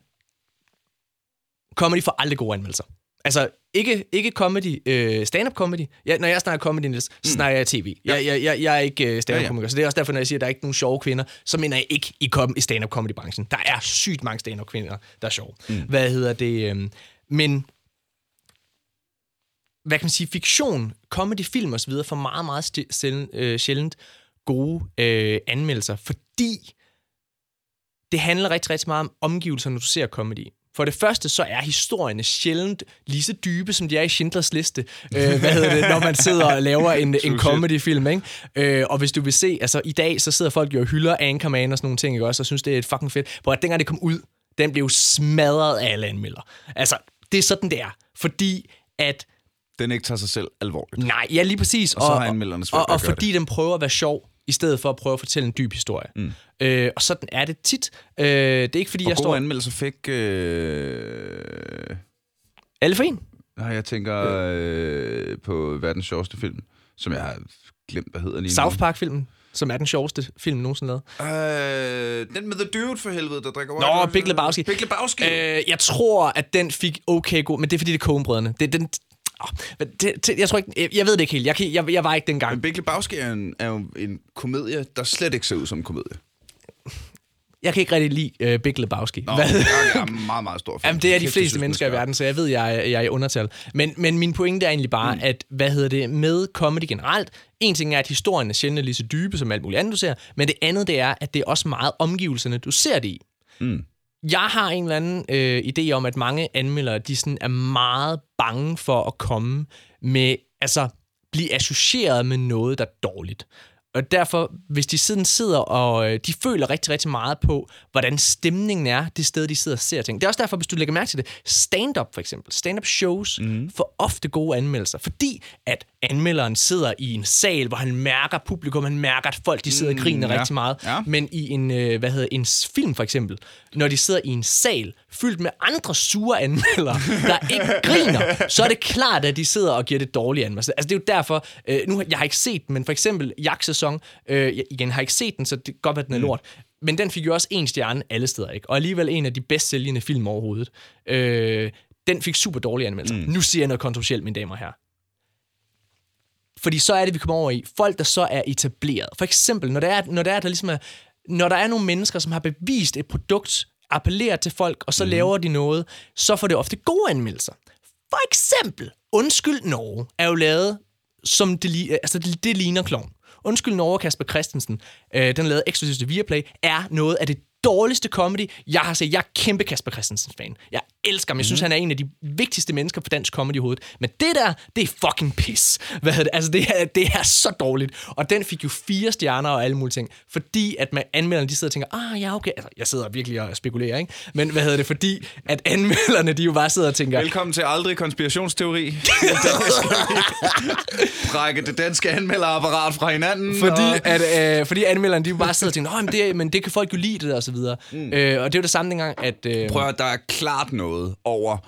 Comedy får aldrig gode anmeldelser. Altså, ikke comedy, stand-up comedy. Når jeg snakker comedy, så snakker jeg tv. Jeg er ikke stand-up-komiker, så det er også derfor, når jeg siger, at der er ikke nogen sjove kvinder, så mener jeg ikke i stand-up comedy-branchen. Der er sygt mange stand-up kvinder, der er sjove. Hvad hedder det? Men, hvad kan man sige, fiktion, comedy, film og så videre, får meget, meget sjældent gode anmeldelser, fordi det handler rigtig, rigtig meget om omgivelser, når du ser comedy. For det første, så er historierne sjældent lige så dybe, som de er i Schindlers Liste, når man sidder og laver en comedy-film, ikke? Og hvis du vil se, altså i dag, så sidder folk jo og hylder Anchorman og sådan nogle ting, ikke også, og synes, det er et fucking fedt. Hvor dengang det kom ud, den blev smadret af alle anmeldere. Altså, det er sådan, det er. Fordi at... Den ikke tager sig selv alvorligt. Nej, ja, lige præcis. Og så har anmelderne svært og fordi den prøver at være sjov, i stedet for at prøve at fortælle en dyb historie. Og sådan er det tit. Det er ikke fordi, jeg står... Hvor gode anmeldelser fik... Alle for en? Nej, jeg tænker på verdens sjoveste film, som jeg har glemt, hvad hedder lige nu. South Park-filmen, som er den sjoveste film nogensinde lavet. Den med The Dude for helvede, der drikker wine. Nå, Big Lebowski. Big Lebowski. Jeg tror, at den fik okay god, men det er fordi, det er Coen-brødrene. Jeg tror ikke, jeg ved det ikke helt. Jeg var ikke dengang. Men Big Lebowski er jo en komedie, der slet ikke ser ud som en komedie. Jeg kan ikke rigtig lide Big Lebowski. Nå, jeg er meget, meget stor fan. Jamen, det er de fleste mennesker i verden, så jeg ved, jeg er i undertal. Men min pointe er egentlig bare, at med comedy generelt, en ting er, at historien er sjældent lige så dybe, som alt muligt andet, du ser, men det andet, det er, at det er også meget omgivelserne, du ser det i. Jeg har en eller anden idé om, at mange anmeldere, de sådan er meget bange for at komme med, altså blive associeret med noget, der er dårligt. Og derfor, hvis de sidder og de føler rigtig, rigtig meget på, hvordan stemningen er det sted, de sidder og ser ting. Det er også derfor, hvis du lægger mærke til det, stand-up for eksempel, stand-up shows får ofte gode anmeldelser, fordi at anmelderen sidder i en sal, hvor han mærker publikum, han mærker, at folk de sidder og griner rigtig meget. Ja. Men i en film for eksempel, når de sidder i en sal fyldt med andre sure anmeldere, der ikke griner, så er det klart, at de sidder og giver det dårlige anmeldelser. Altså det er jo derfor, nu jeg har ikke set den, men for eksempel jagtsæson, igen har ikke set den, så det kan godt være, den er lort. Men den fik jo også 1 stjerne alle steder, ikke? Og alligevel en af de bedst sælgende film overhovedet. Den fik super dårlige anmeldelser. Nu siger jeg noget kontroversielt, mine damer og herrer. Fordi så er det, vi kommer over i folk, der så er etableret. For eksempel, når der er nogle mennesker, som har bevist et produkt, appellerer til folk, og så laver de noget, så får det ofte gode anmeldelser. For eksempel, Undskyld Norge er jo lavet, som det ligner klovn. Undskyld Norge, Kasper Christensen, den lavede eksklusivt til Viaplay, er noget af det dårligste comedy, jeg har set. Jeg er kæmpe Kasper Christensen-fan. Jeg elsker ham. Jeg synes, han er en af de vigtigste mennesker for dansk comedy i hovedet. Men det der, det er fucking pis. Altså, det er så dårligt. Og den fik jo 4 stjerner og alle mulige ting. Fordi at anmelderne, de sidder og tænker, ja, okay. Altså, jeg sidder virkelig og spekulerer, ikke? Men fordi at anmelderne, de jo bare sidder og tænker... Velkommen til Aldrig konspirationsteori. Brække det danske anmelderapparat fra hinanden. Fordi anmelderne, de jo bare sidder og tænker, men det kan folk jo lide det, og så videre. Og det er jo det samme dengang, at... Prøv at der er klart noget over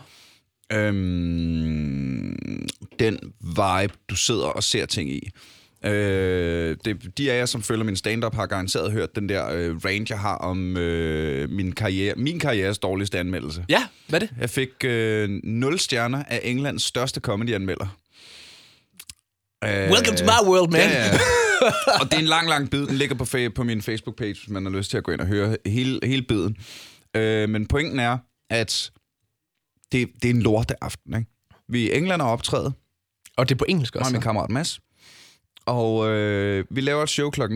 den vibe, du sidder og ser ting i. De af jer, som følger min stand-up, har garanteret hørt den der range, jeg har om min karrieres dårligste anmeldelse. Ja, hvad er det? Jeg fik 0 stjerner af Englands største comedy-anmelder. Welcome to my world, man. Ja. Og det er en lang bid. Den ligger på min Facebook-page, hvis man har lyst til at gå ind og høre hele biden. Men pointen er, at det er en lorteaften, ikke? Vi er i England og optræde. Og det er på engelsk også? Mig og min kammerat Mads. Og vi laver et show kl. 19.30.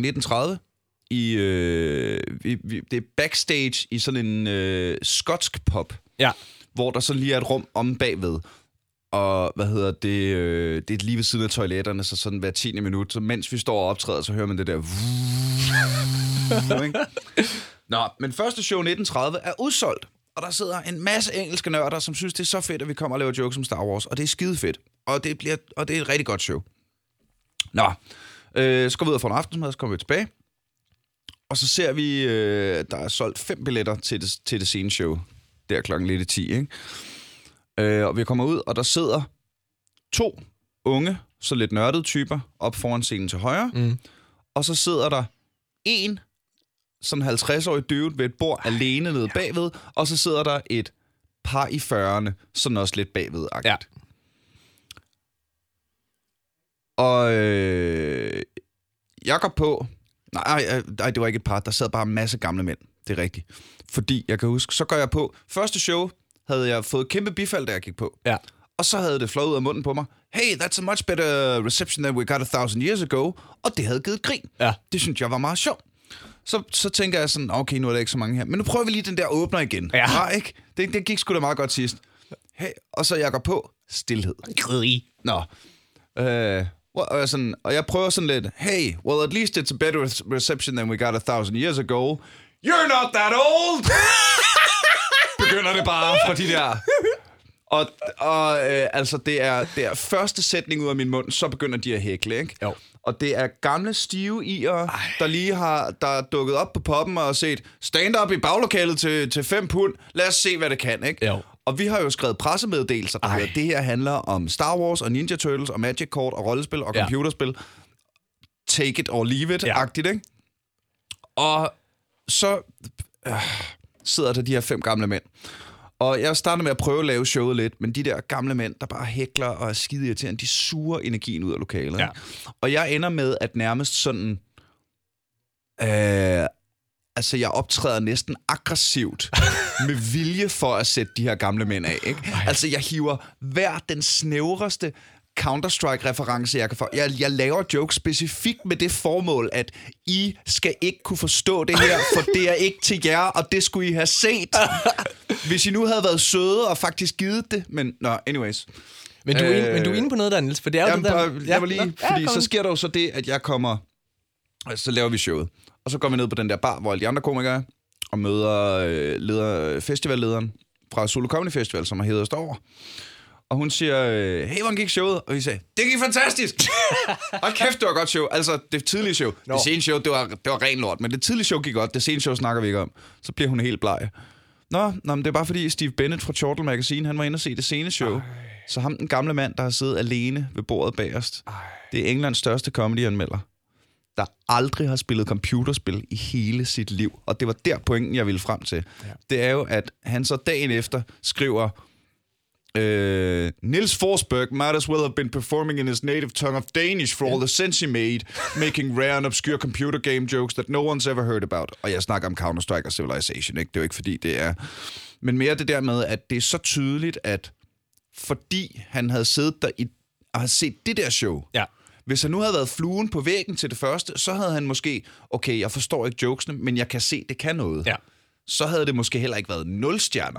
Det er backstage i sådan en skotsk pub. Ja. Hvor der så lige er et rum om bagved. Og det er lige ved siden af toiletterne, så sådan hver 10. minut, så mens vi står og optræder, så hører man det der. Nå, men første show 1930 er udsolgt, og der sidder en masse engelske nørder, som synes, det er så fedt, at vi kommer og laver jokes om Star Wars, og det er skide fedt, og det er et rigtig godt show. Nå, så går vi ud og får en aftensmad, så kommer vi tilbage, og så ser vi, der er solgt 5 billetter til det sene show, der klokken lidt 10, ikke? Og vi kommer ud, og der sidder 2 unge, så lidt nørdede typer, op foran scenen til højre. Og så sidder der en sådan 50-årig dude ved et bord alene nede bagved, og så sidder der et par i 40'erne, sådan også lidt bagved-agtigt. Ja. Og jeg går på... Nej, det var ikke et par, der sad bare en masse gamle mænd. Det er rigtigt. Fordi, jeg kan huske, så går jeg på... Første show havde jeg fået kæmpe bifald, da jeg gik på. Ja. Og så havde det flået ud af munden på mig. Hey, that's a much better reception than we got 1,000 years ago. Og det havde givet grin. Ja. Det synes jeg var meget sjovt. Så tænker jeg sådan, okay, nu er der ikke så mange her. Men nu prøver vi lige den der åbner igen. Ja. Nej, ikke? Det gik sgu da meget godt sidst. Hey, og så jeg går på. Stilhed. Nå. Og jeg prøver sådan lidt, hey, well, at least it's a better reception than we got 1,000 years ago. You're not that old! Begynder det bare fra de der... Og altså, det er første sætning ud af min mund, så begynder de at hækle, ikke? Jo. Og det er gamle stive irer, der lige der dukket op på poppen og set stand-up i baglokalet til 5 pund. Lad os se, hvad det kan, ikke? Jo. Og vi har jo skrevet pressemeddelelser, der hedder, det her handler om Star Wars og Ninja Turtles og Magic Kort og rollespil og computerspil. Take it or leave it-agtigt, ikke? Og så sidder der de her 5 gamle mænd. Og jeg starter med at prøve at lave showet lidt, men de der gamle mænd, der bare hækler og er skide irriterende, de suger energien ud af lokalet. Ja. Og jeg ender med at nærmest sådan... altså, jeg optræder næsten aggressivt med vilje for at sætte de her gamle mænd af, ikke? Altså, jeg hiver hver den snævreste Counter-Strike-reference, jeg kan få. Jeg laver jokes specifikt med det formål, at I skal ikke kunne forstå det her, for det er ikke til jer, og det skulle I have set. Hvis I nu havde været søde og faktisk givet det, men anyways. Men du er inde på noget der, Niels, for det er jo det der... Jeg var lige, fordi så sker der jo så det, at jeg kommer... Så laver vi showet. Og så går vi ned på den der bar, hvor alle de andre komikere er, og møder festivallederen fra Zulu Comedy Festival, som har hævet os derover. Og hun siger, hey, hvordan gik showet? Og vi sagde, det gik fantastisk! Hold kæft, det var godt show. Altså, det tidlige show. Det sene show, det var ren lort, men det tidlige show gik godt. Det sene show snakker vi ikke om. Så bliver hun helt bleg. Nå, men det er bare fordi Steve Bennett fra Chortle Magazine, han var inde og se det sene show. Så ham, den gamle mand, der har siddet alene ved bordet bagerst, det er Englands største comedy-anmelder, der aldrig har spillet computerspil i hele sit liv. Og det var der pointen, jeg ville frem til. Ja. Det er jo, at han så dagen efter skriver... Niels Forsberg might as well have been performing in his native tongue of Danish for all the sense he made, making rare and obscure computer game jokes that no one's ever heard about. Og jeg snakker om Counter-Strike og Civilization, ikke? Det er jo ikke fordi det er... Men mere det der med, at det er så tydeligt, at fordi han havde siddet der og havde set det der show... Ja. Hvis han nu havde været fluen på væggen til det første, så havde han måske... Okay, jeg forstår ikke jokesene, men jeg kan se, det kan noget. Ja. Så havde det måske heller ikke været 0 stjerner.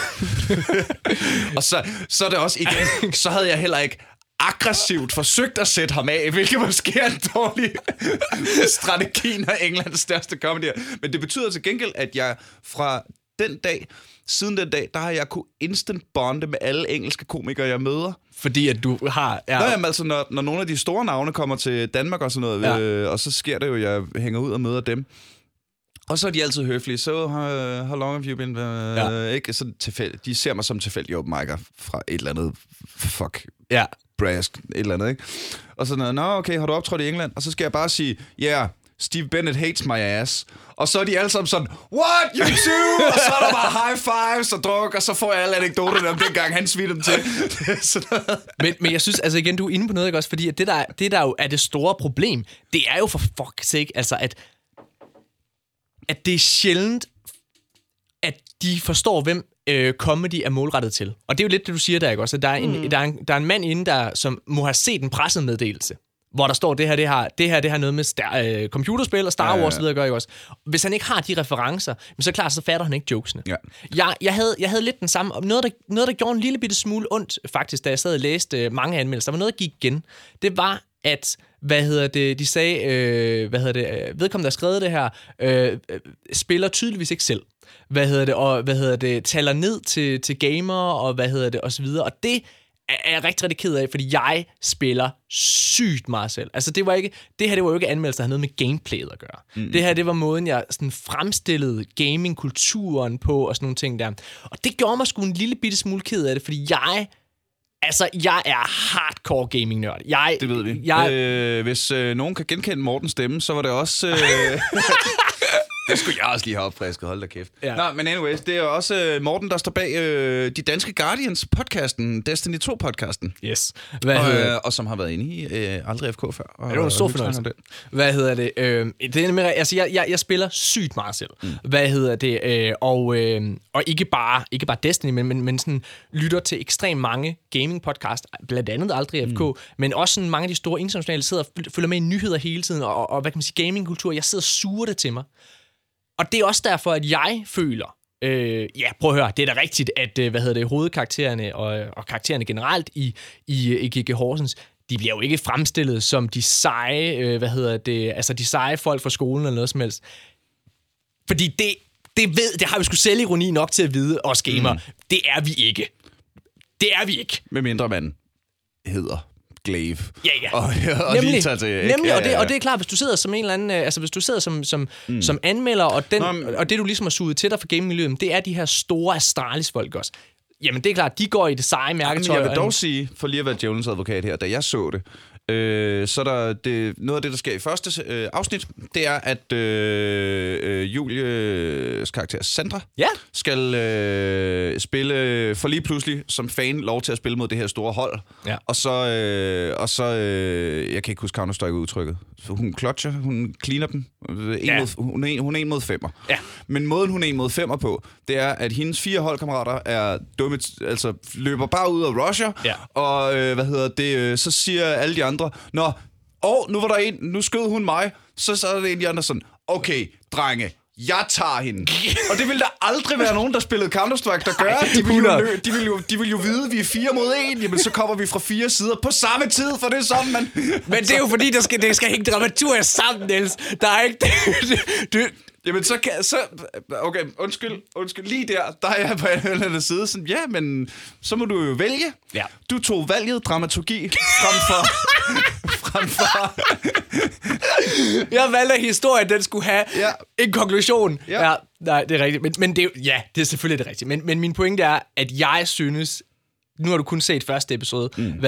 Og så er det også igen, så havde jeg heller ikke aggressivt forsøgt at sætte ham af, hvilket måske er en dårlig strategi, når Englands største comedy. Men det betyder til gengæld, at jeg fra siden den dag, der har jeg kunne instant bonde med alle engelske komikere, jeg møder. Fordi at du har... Ja. Jamen, altså, når nogle af de store navne kommer til Danmark og sådan noget, og så sker det jo, jeg hænger ud og møder dem. Og så er de altid høflige. So, how long have you been... ikke? Så de ser mig som tilfældig open mic'er fra et eller andet... brask, et eller andet, ikke? Og så okay, har du optrådt i England? Og så skal jeg bare sige, yeah, Steve Bennett hates my ass. Og så er de alle sammen sådan, what, you too? Og så er der bare high fives og druk, og så får jeg alle anekdoterne om dengang, han sviner dem til. men jeg synes, altså igen, du er inde på noget, ikke også? Fordi at det der jo er det store problem, det er jo for fuck's sake, altså at det er sjældent, at de forstår, hvem comedy er målrettet til. Og det er jo lidt det, du siger der, ikke også? Der er en mand inde, som må have set en pressemeddelelse, hvor der står, det her har noget med computerspil og Star Wars videre at gøre, ikke også? Hvis han ikke har de referencer, så klart, så fatter han ikke jokesene. Ja. Jeg havde lidt den samme, noget der gjorde en lille bitte smule ondt, faktisk, da jeg sad og læste mange anmeldelser. Der var noget, der gik igen. Det var, at de sagde, vedkommende, der skrev det her, spiller tydeligvis ikke selv. Taler ned til gamere, og og så videre. Og det er jeg rigtig, rigtig ked af, fordi jeg spiller sygt meget selv. Altså, det var jo ikke anmeldelser, der havde noget med gameplayet at gøre. Det her, det var måden, jeg sådan fremstillede gamingkulturen på, og sådan nogle ting der. Og det gjorde mig sgu en lille bitte smule ked af det, fordi jeg er hardcore gaming-nørd. Det ved vi. Hvis nogen kan genkende Mortens stemme, så var det også... Det skulle jeg også lige have opfrisket, hold da kæft. Ja. Nå, men anyways, det er også Morten, der står bag De Danske Guardians-podcasten, Destiny 2-podcasten. Yes. Og som har været inde i Aldrig FK før. Det var en stor fornøjelse. Det er mere, altså, jeg spiller sygt meget selv. Og ikke bare Destiny, men sådan lytter til ekstremt mange gaming-podcast, blandt andet Aldrig FK, men også sådan mange af de store internationale sidder og følger med i nyheder hele tiden, og hvad kan man sige, gaming-kultur, jeg sidder og suger det til mig. Og det er også derfor, at jeg føler, prøv at høre, det er da rigtigt, at hovedkaraktererne og karaktererne generelt i G.G. Horsens, de bliver jo ikke fremstillet som de seje, de seje folk fra skolen eller noget som helst. Fordi det har vi sgu selv ironi nok til at vide, os gamer. Det er vi ikke. Det er vi ikke. Med mindre man hedder Glaive. Ja. Og nemlig, lige tager til... Nemlig, og det er klart, hvis du sidder som en eller anden... Altså, hvis du sidder som anmelder, og det, du ligesom har suget til dig for gamingmiljøet, det er de her store Astralis-folk også. Jamen, det er klart, de går i det seje mærketøj. Jeg vil dog sige, for lige at være djævelens advokat her, da jeg så det, så er der noget af det, der sker i første afsnit, det er, at Julies karakter Sandra skal spille for lige pludselig som fan lov til at spille mod det her store hold. Ja. Og så jeg kan ikke huske Counter-Strike-udtrykket. Så hun clutcher, hun cleaner dem. Hun er en mod 5'er. Ja. Men måden, hun er en mod 5'er på, det er, at hendes 4 holdkammerater er dumme, altså løber bare ud og rusher, og så siger alle de andre, nu var der en, nu skød hun mig, så er der en af de andre sådan, okay, drenge, jeg tager hende. Og det vil der aldrig være nogen, der spillede Counter-Strike, der gør. De vil jo vide, at vi er 4 mod 1. Jamen, så kommer vi fra 4 sider på samme tid, for det er sådan, man... Men det er jo fordi, det skal hænge dramaturgisk sammen, Niels. Der er ikke... Jamen, okay, undskyld. Lige der er jeg på en eller anden side. Sådan, ja, men så må du jo vælge. Ja. Du tog valget dramaturgi frem for... Jeg valgte, at historien, den skulle have en konklusion. Ja, nej, det er rigtigt. Men det er selvfølgelig det rigtige. Men min pointe er, at jeg synes... Nu har du kun set første episode.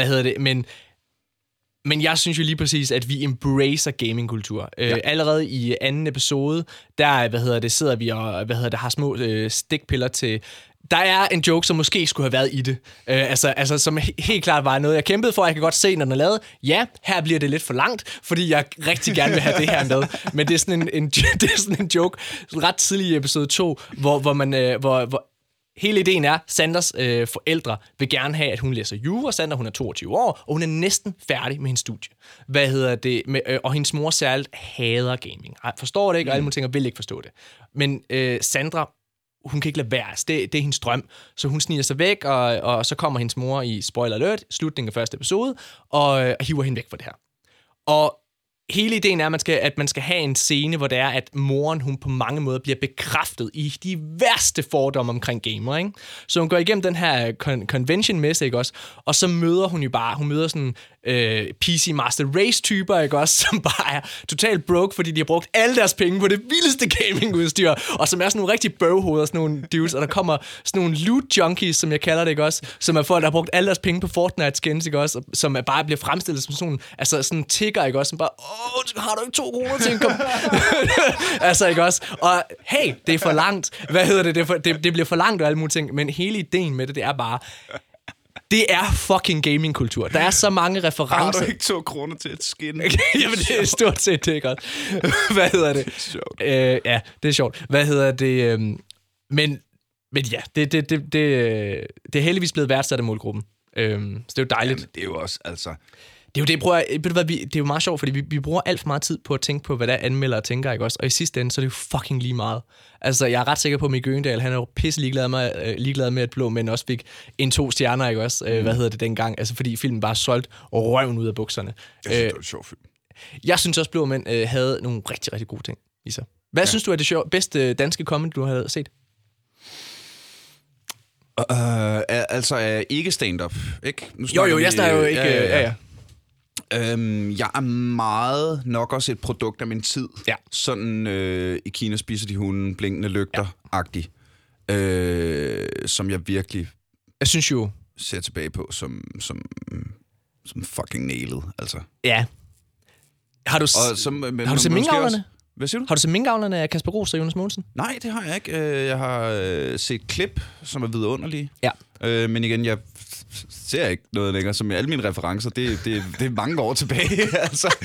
Men jeg synes jo lige præcis, at vi embracer gamingkultur. Allerede i anden episode, der sidder vi og har små stikpiller til... Der er en joke, som måske skulle have været i det. Altså som helt klart var noget, jeg kæmpede for. Jeg kan godt se, når den er lavet. Ja, her bliver det lidt for langt, fordi jeg rigtig gerne vil have det her med. Men det er sådan en joke ret tidlig i episode 2, hvor hele ideen er, Sanders forældre vil gerne have, at hun læser jura. Sander, hun er 22 år, og hun er næsten færdig med hendes studie. Og hendes mor særligt hader gaming. Forstår det ikke, og alle tænker, vil ikke forstå det. Men Sandra, hun kan ikke lade være. Det er hendes drøm. Så hun sniger sig væk, og så kommer hendes mor i spoiler alert, slutningen af første episode, og hiver hende væk fra det her. Og hele ideen er, at man skal have en scene, hvor det er, at moren, hun på mange måder bliver bekræftet i de værste fordomme omkring gamer, ikke? Så hun går igennem den her convention-messe, ikke også? Og så møder hun jo bare, sådan PC Master Race-typer, ikke også? Som bare er totalt broke, fordi de har brugt alle deres penge på det vildeste gaming-udstyr, og som er sådan nogle rigtig bøvhoveder, sådan nogle dudes, og der kommer sådan nogle loot junkies, som jeg kalder det, ikke også? Som er folk, der har brugt alle deres penge på Fortnite-skins, ikke også? Som bare bliver fremstillet som sådan tigger, ikke også? Som bare, har du ikke 2 kroner til en kom? Altså, ikke også? Og hey, det er for langt. Det bliver for langt og alle mulige ting, men hele ideen med det er bare, det er fucking gamingkultur. Der er så mange referencer. Har du ikke 2 kroner til et skin? Jamen, det er stort set det, ikke også? Hvad hedder det? Sjovt. Ja, det er sjovt. Hvad hedder det? Men ja, det er heldigvis blevet værdsat af målgruppen. Så det er jo dejligt. Jamen, det er jo også, altså... Det er jo det, det er jo meget sjovt, fordi vi bruger alt for meget tid på at tænke på, hvad der anmelder og tænker, ikke også? Og i sidste ende, så er det jo fucking lige meget. Altså, jeg er ret sikker på, at Mick Øgendahl, han er jo pisse ligeglad med, at Blå Mænd også fik 1-2 stjerner, ikke også? Dengang? Altså, fordi filmen bare solgte røven ud af bukserne. Jeg synes, det var en sjov film. Jeg synes også, Blå Mænd havde nogle rigtig, rigtig gode ting i sig. Hvad synes du er det bedste danske comedy, du har set? Altså ikke stand-up, ikke? Jo, jeg snakker jo ikke... Ja. Jeg er meget nok også et produkt af min tid. Ja. Sådan i Kina spiser de hunden, blinkende lygter-agtig. Som jeg virkelig... Jeg synes jo... ser tilbage på som fucking nailed, altså. Ja. Har du set Minkavlerne? Hvad siger du? Har du set Minkavlerne af Kasper Gros og Jonas Mogensen? Nej, det har jeg ikke. Jeg har set klip, som er vidunderlige. Ja. Men igen, jeg ser ikke noget længere, som alle mine referencer, det er mange år tilbage. Altså.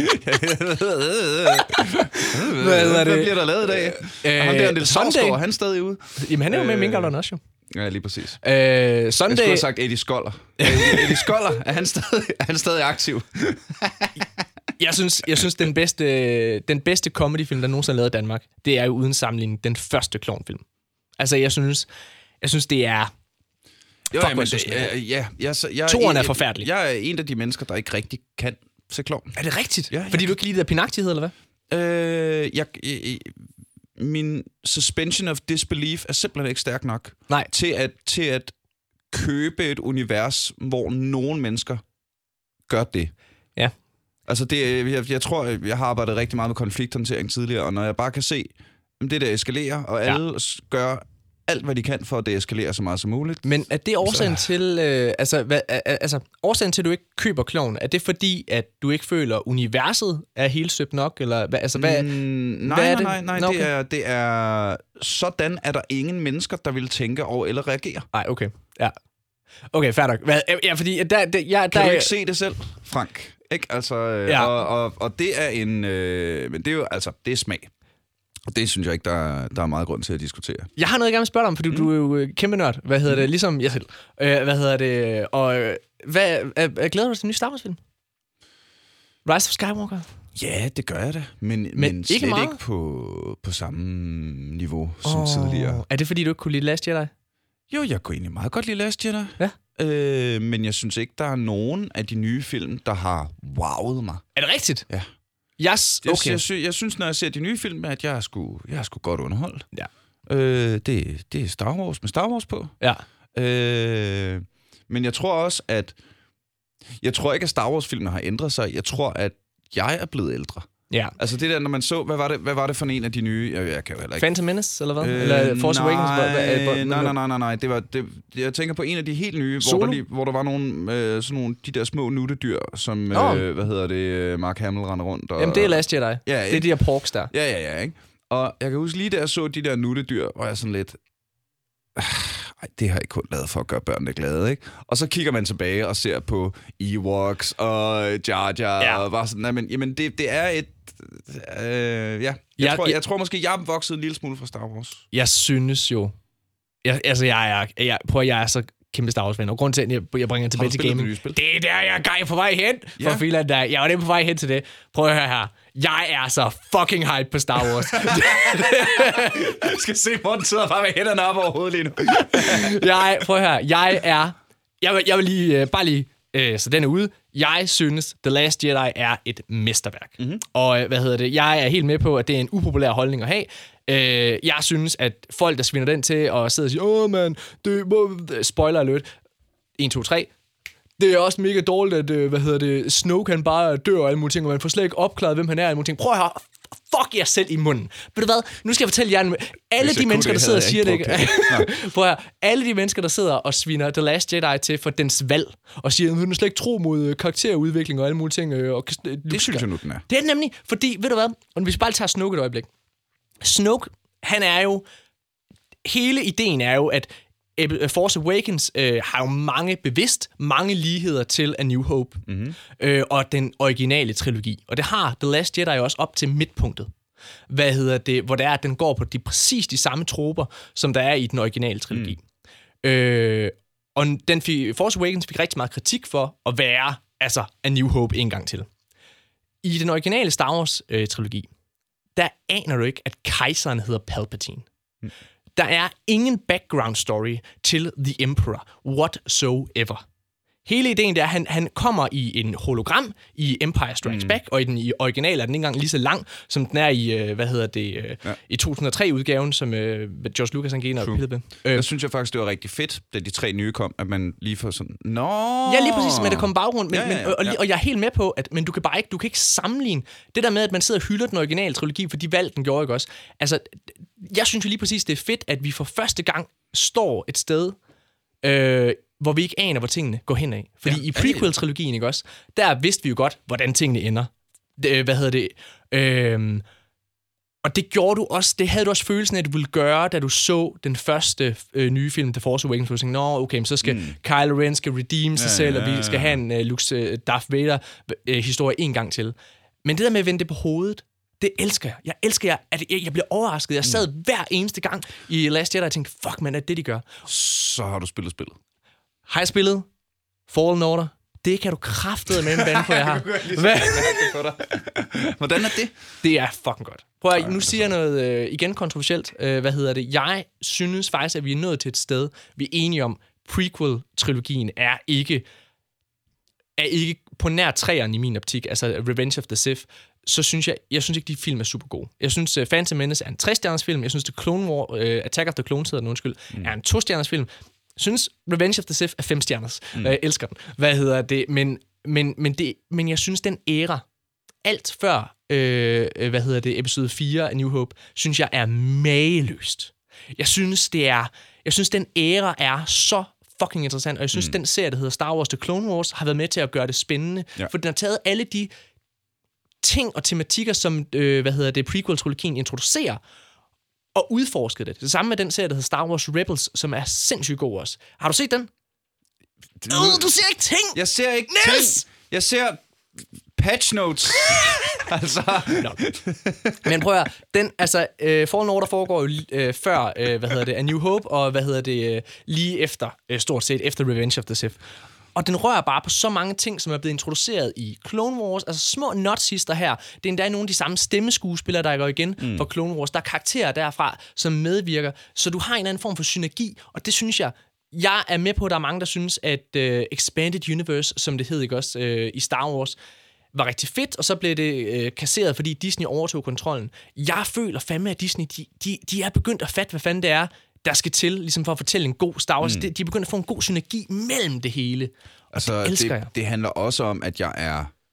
Hvad bliver der lavet i dag? Ham der, Niels Hausgaard, han er stadig ude. Jamen, han er jo med i Minkavlerne også, jo. Ja, lige præcis. Sunday... Jeg skulle have sagt Eddie Skoller. Eddie Skoller, er han stadig aktiv? Jeg synes den bedste comedyfilm, der nogensinde er lavet i Danmark, det er jo uden sammenligning den første klovnfilm. Altså, jeg synes det er... Toren er forfærdelig. Jeg er en af de mennesker, der ikke rigtig kan se klovn. Er det rigtigt? Ja, fordi du ikke kan lide det der pinagtighed, eller hvad? Min suspension of disbelief er simpelthen ikke stærk nok. Nej. Til at købe et univers, hvor nogle mennesker gør det. Ja. Altså, jeg tror, jeg har arbejdet rigtig meget med konflikthåndtering tidligere, og når jeg bare kan se, at det der eskalerer, og alle gør alt, hvad de kan for, at det eskalerer så meget som muligt. Men er det årsagen til, årsagen til, at du ikke køber klovn? Er det fordi, at du ikke føler, universet er helt søbt nok? Eller, nej, det er sådan, at der ingen mennesker, der vil tænke over eller reagere. Nej, okay. Ja. Okay, fair nok. Ja, fordi kan du ikke se det selv, Frank? Ikke? Altså, og det er en... men det er jo, altså, det er smag. Og det synes jeg ikke, der er meget grund til at diskutere. Jeg har noget, jeg gerne vil spørge dig om, fordi du er jo kæmpe nørd. Hvad hedder det? Ligesom jeg selv. Og glæder du dig til en ny Star Wars-film? Rise of Skywalker? Ja, det gør jeg da. Men slet ikke på samme niveau som tidligere. Er det, fordi du ikke kunne lide Last Jedi? Jo, jeg kunne egentlig meget godt lide Last Jedi. Ja. Men jeg synes ikke, der er nogen af de nye film, der har wowet mig. Er det rigtigt? Ja. Yes, okay. Jeg synes, når jeg ser de nye film, at jeg er sgu godt underholdt. Ja. Det er Star Wars med Star Wars på. Ja. Men jeg tror også, at... Jeg tror ikke, at Star Wars-filmen har ændret sig. Jeg tror, at jeg er blevet ældre. Ja. Altså det der, når man så... Hvad var det for en af de nye... Jeg kan jo heller ikke... Phantom Menace, eller hvad? Eller Force Awakens? Nej. Det var... jeg tænker på en af de helt nye, hvor der var nogle... sådan nogle... De der små nuttedyr, som... Mark Hamill render rundt. Og, jamen, det er Last Jedi. Ja, det er de her porks der. Ja, ikke? Og jeg kan huske lige, da jeg så de der nuttedyr, og jeg sådan lidt... det har jeg kun lavet for at gøre børnene glade, ikke? Og så kigger man tilbage og ser på Ewoks og Jar Jar, og bare sådan, jamen det er et... Jeg tror måske, jeg er vokset en lille smule fra Star Wars. Jeg synes jo... Jeg er så kæmpe Star Wars-fan, og grund til, at jeg bringer tilbage til gaming, det er der, jeg er på vej hen. For filan der. Jeg var nemlig på vej hen til det. Prøv at høre her. Jeg er så fucking hype på Star Wars. Jeg skal se, hvor den sidder bare med hænderne op over hovedet lige nu. Prøv at høre. Jeg vil lige, så den er ude. Jeg synes, The Last Jedi er et mesterværk. Mm-hmm. Og jeg er helt med på, at det er en upopulær holdning at have. Jeg synes, at folk, der sviner den til og sidder og siger, det spoiler alert. 1, 2, 3. Det er også mega dårligt, at, Snoke kan bare dør og alle mulige ting, og man får slet ikke opklaret, hvem han er og alle mulige ting. Prøv at høre, fuck jer selv i munden. Ved du hvad? Nu skal jeg fortælle jer, alle de mennesker, der sidder og siger det ikke. Prøv at høre, alle de mennesker, der sidder og sviner The Last Jedi til for dens valg, og siger, at hun er slet ikke tro mod karakterudvikling og alle mulige ting. Det synes jeg nu, den er. Det er nemlig, fordi, ved du hvad? Og hvis vi bare tager Snoke et øjeblik. Snoke, han er jo... Hele ideen er jo, at Force Awakens har jo mange ligheder til A New Hope, og den originale trilogi. Og det har The Last Jedi også op til midtpunktet. Hvor det er, at den går på præcis de samme troper, som der er i den originale trilogi. Og Force Awakens fik rigtig meget kritik for at være altså A New Hope en gang til. I den originale Star Wars-trilogi, der aner du ikke, at kejseren hedder Palpatine. Der er ingen background story til The Emperor whatsoever. Hele ideen er, at han kommer i en hologram i Empire Strikes Back, og i den originale er den ikke engang lige så lang, som den er i, i 2003-udgaven, som George Lucas han gik ind og pillede ved. Jeg synes faktisk, det var rigtig fedt, da de 3 nye kom, at man lige får sådan, Ja, lige præcis, men det kom baggrund. Og jeg er helt med på, men du kan ikke sammenligne det der med, at man sidder og hylder den originale trilogi, for de valg, den gjorde, ikke også? Altså, jeg synes jo lige præcis, det er fedt, at vi for første gang står et sted, hvor vi ikke aner, hvor tingene går henad. Fordi i prequel-trilogien, ikke også, der vidste vi jo godt, hvordan tingene ender. Og det gjorde du også, det havde du også følelsen af, at du ville gøre, da du så den første nye film, The Force Awakens, hvor du tænkte, okay, så skal Kylo Ren skal redeem sig selv, og vi skal have en Darth Vader-historie en gang til. Men det der med at vende det på hovedet, det elsker jeg. Jeg elsker, at jeg bliver overrasket. Jeg sad hver eneste gang i Last Jedi og tænkte, fuck man, er det, de gør? Så har du spillet spillet. Har jeg spillet Fallen Order? Det kan du kraftedeme med en band på, jeg har. Hvordan er det? Det er fucking godt. Prøv at, nu siger jeg noget igen kontroversielt. Jeg synes faktisk, at vi er nået til et sted, vi er enige om, prequel-trilogien er ikke på nær træerne i min optik, altså Revenge of the Sith, så synes jeg synes ikke, de film er super gode. Jeg synes, Phantom Menace er en 3-stjerners film. Jeg synes, The Clone War, Attack of the Clones hedder den, er en 2-stjerners film. Jeg synes, Revenge of the Sith er 5-stjerners. Jeg elsker den. Men jeg synes, den æra, alt før, episode 4 af New Hope, synes jeg er mageløst. Jeg synes, den æra er så fucking interessant, og jeg synes, den serie, der hedder Star Wars The Clone Wars, har været med til at gøre det spændende, for den har taget alle de ting og tematikker, som prequel-trilogien introducerer, og udforsket det. Det samme med den serie, der hedder Star Wars Rebels, som er sindssygt god også. Har du set den? Du ser ikke ting! Jeg ser ikke ting! Jeg ser patch notes. Altså. Men prøv at den, Fallen Order foregår jo før, A New Hope, og lige efter, stort set, efter Revenge of the Sith. Og den rører bare på så mange ting, som er blevet introduceret i Clone Wars. Altså små nutsister her. Det er endda nogle af de samme stemmeskuespillere, der går igen for Clone Wars. Der er karakterer derfra, som medvirker. Så du har en anden form for synergi. Og det synes jeg er med på, at der er mange, der synes, at Expanded Universe, som det hed ikke også, i Star Wars, var rigtig fedt, og så blev det kasseret, fordi Disney overtog kontrollen. Jeg føler fandme, at Disney, de er begyndt at fatte, hvad fanden det er, der skal til, ligesom for at fortælle en god Star Wars. De er begyndt at få en god synergi mellem det hele. Og det elsker jeg. Det handler også om, at jeg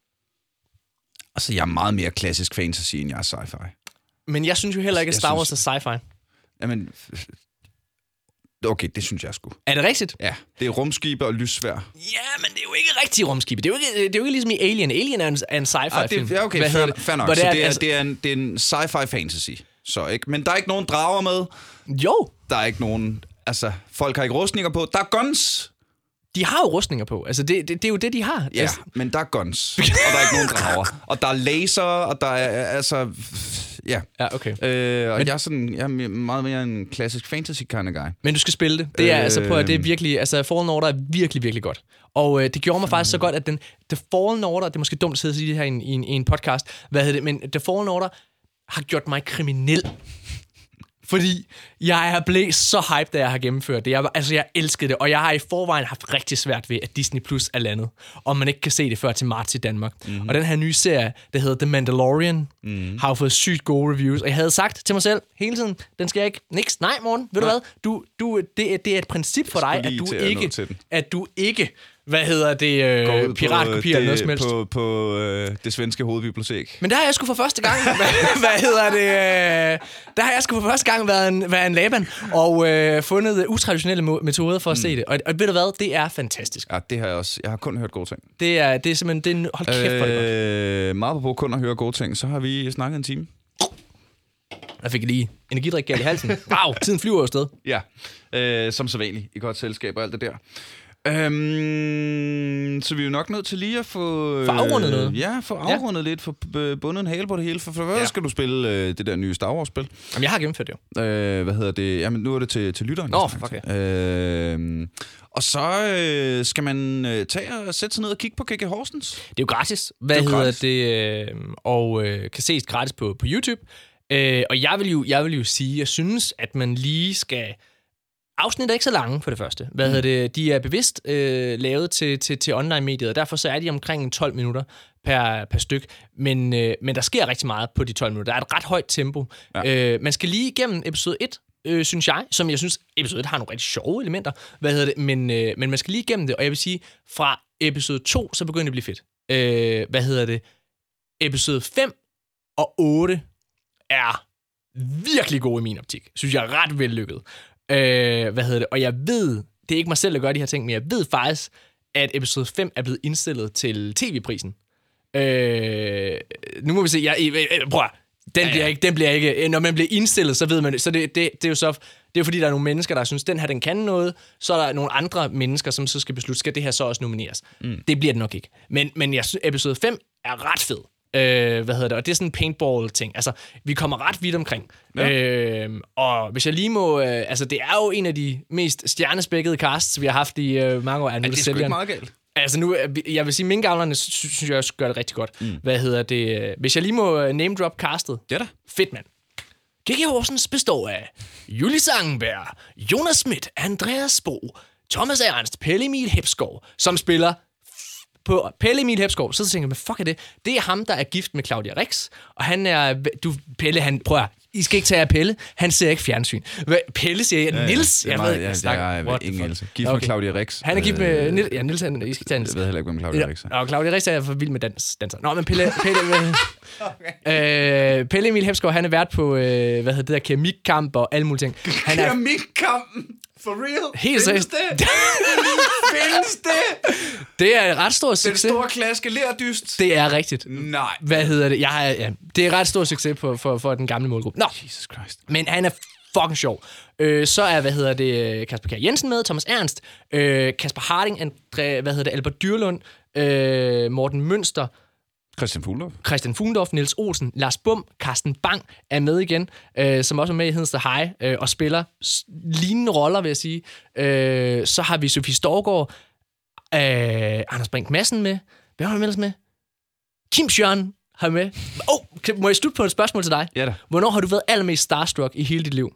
er meget mere klassisk fantasy, end jeg er sci-fi. Men jeg synes jo heller ikke, at Star Wars er sci-fi. Jamen, okay, det synes jeg sgu. Er det rigtigt? Ja, det er rumskibe og lysvær. Ja, men det er jo ikke rigtig rumskibe. Det er jo ikke ligesom i Alien. Alien er en sci-fi-film. Ja, okay, fair nok. Så det er en sci-fi fantasy. Så ikke, men der er ikke nogen drager med. Jo. Der er ikke nogen, folk har ikke rustninger på. Der er guns. De har jo rustninger på. Altså, det er jo det, de har. Ja, men der er guns. Og der er ikke nogen drager. Og der er laser, og der er, ja. Ja, okay. Og jeg er meget mere en klassisk fantasy kind of guy. Men du skal spille det. Det er det er virkelig, Fallen Order er virkelig, virkelig godt. Og det gjorde mig faktisk så godt, at The Fallen Order, det er måske dumt at sidde og sige det her i en podcast, men The Fallen Order har gjort mig kriminel. Fordi jeg er blevet så hyped, da jeg har gennemført det. Jeg elskede det, og jeg har i forvejen haft rigtig svært ved, at Disney Plus er landet, og man ikke kan se det før til marts i Danmark. Og den her nye serie, der hedder The Mandalorian, har jo fået sygt gode reviews, og jeg havde sagt til mig selv hele tiden, den skal jeg ikke... Niks, nej, Morten, ved du hvad? Det er et princip for dig, at du ikke piratkopier eller noget som helst. På det svenske hovedbibliotek. Men der har jeg sgu for første gang, der har jeg sgu for første gang været en Laban og fundet utraditionelle metoder for at se det. Og ved du hvad, det er fantastisk. Ja, det har jeg også. Jeg har kun hørt gode ting. Det er simpelthen, hold kæft for det godt. Meget på kun at høre gode ting, så har vi snakket en time. Jeg fik lige energidrik galt i halsen. Wow, tiden flyver jo afsted. Ja, som sædvanligt i godt selskab og alt det der. Så vi er jo nok nødt til lige at få... afrundet noget. Ja, få afrundet lidt, få bundet en hale på det hele. For hvad skal du spille det der nye Star Wars-spil? Jamen, jeg har gennemført det jo. Hvad hedder det? Jamen, nu er det til lytteren. Okay. Og så skal man tage og sætte sig ned og kigge på K.K. Horsens. Det er jo gratis. Hvad hedder det? Og kan ses gratis på YouTube. Og jeg vil jo sige, jeg synes, at man lige skal... Afsnit er ikke så lange, for det første. Hvad hedder det? De er bevidst lavet til online-mediet, og derfor så er de omkring 12 minutter per styk. Men der sker rigtig meget på de 12 minutter. Der er et ret højt tempo. Ja. Man skal lige igennem episode 1, synes jeg, som jeg synes, episode 1 har nogle rigtig sjove elementer. Hvad hedder det? Men man skal lige igennem det, og jeg vil sige, fra episode 2, så begynder det at blive fedt. Hvad hedder det? Episode 5 og 8 er virkelig gode i min optik. Synes jeg er ret vellykket. Hvad hedder det? Og jeg ved, det er ikke mig selv, der gør de her ting, men jeg ved faktisk, at episode 5 er blevet indstillet til TV-prisen. Nu må vi se. Prøv at, den bliver ikke... Når man bliver indstillet, så ved man det. Så det er jo så... Det er jo fordi, der er nogle mennesker, der synes, den her, den kan noget. Så er der nogle andre mennesker, som så skal beslutte, skal det her så også nomineres. Det bliver det nok ikke. Men jeg synes, episode 5 er ret fed. Hvad hedder det? Og det er sådan en paintball-ting. Altså, vi kommer ret vidt omkring. Ja. Og hvis jeg lige må... altså, det er jo en af de mest stjernespækkede casts, vi har haft i mange år. Det er sgu ikke meget galt. Altså nu, jeg vil sige, minkavlerne synes jeg også gør det rigtig godt. Hvad hedder det? Hvis jeg lige må name-drop castet. Ja da. Fedt, mand. K.K. Horsens består af Julie Sangenberg, Jonas Schmidt, Andreas Bo, Thomas Ernst, Pelle Emil Hepskov, som spiller... På Pelle Emil Hepskov, så tænker jeg, hvad fuck er det? Det er ham, der er gift med Claudia Rix, og han er... Pelle, han... Prøv at... I skal ikke tage af Pelle. Han ser ikke fjernsyn. Pelle siger jeg. Niels? Jeg ved ingen else. Gift med Claudia Rix. Han er gift med... Niels. Ja, Niels, I skal tage Niels. Jeg ved heller ikke, hvem Claudia Rix er. Og Claudia Rix er for vild med danser. Nå, men Pelle Pelle Emil Hepskov, han er vært på, hvad hedder det der, keramikkamp og alle mulige ting. Keramikkampen? For real? Helt seriøst. Findes det? Det er en ret stor succes. Den store klaske lerdyst. Det er rigtigt. Nej. Hvad hedder det? Det er ret stor succes for den gamle målgruppe. Nå. Jesus Christ. Men han er fucking sjov. Så er, Kasper Kjær Jensen med, Thomas Ernst, Kasper Harding, Albert Dyrlund, Morten Mønster, Christian Fuglendorf, Niels Olsen, Lars Bum, Carsten Bang er med igen, som også er med i Hedensted High, og spiller lignende roller, vil jeg sige. Så har vi Sofie Storgård, Anders Brink Madsen med. Hvem har vi med? Kim Sjøren har med. Må jeg slutte på et spørgsmål til dig? Ja da. Hvornår har du været allermest starstruck i hele dit liv?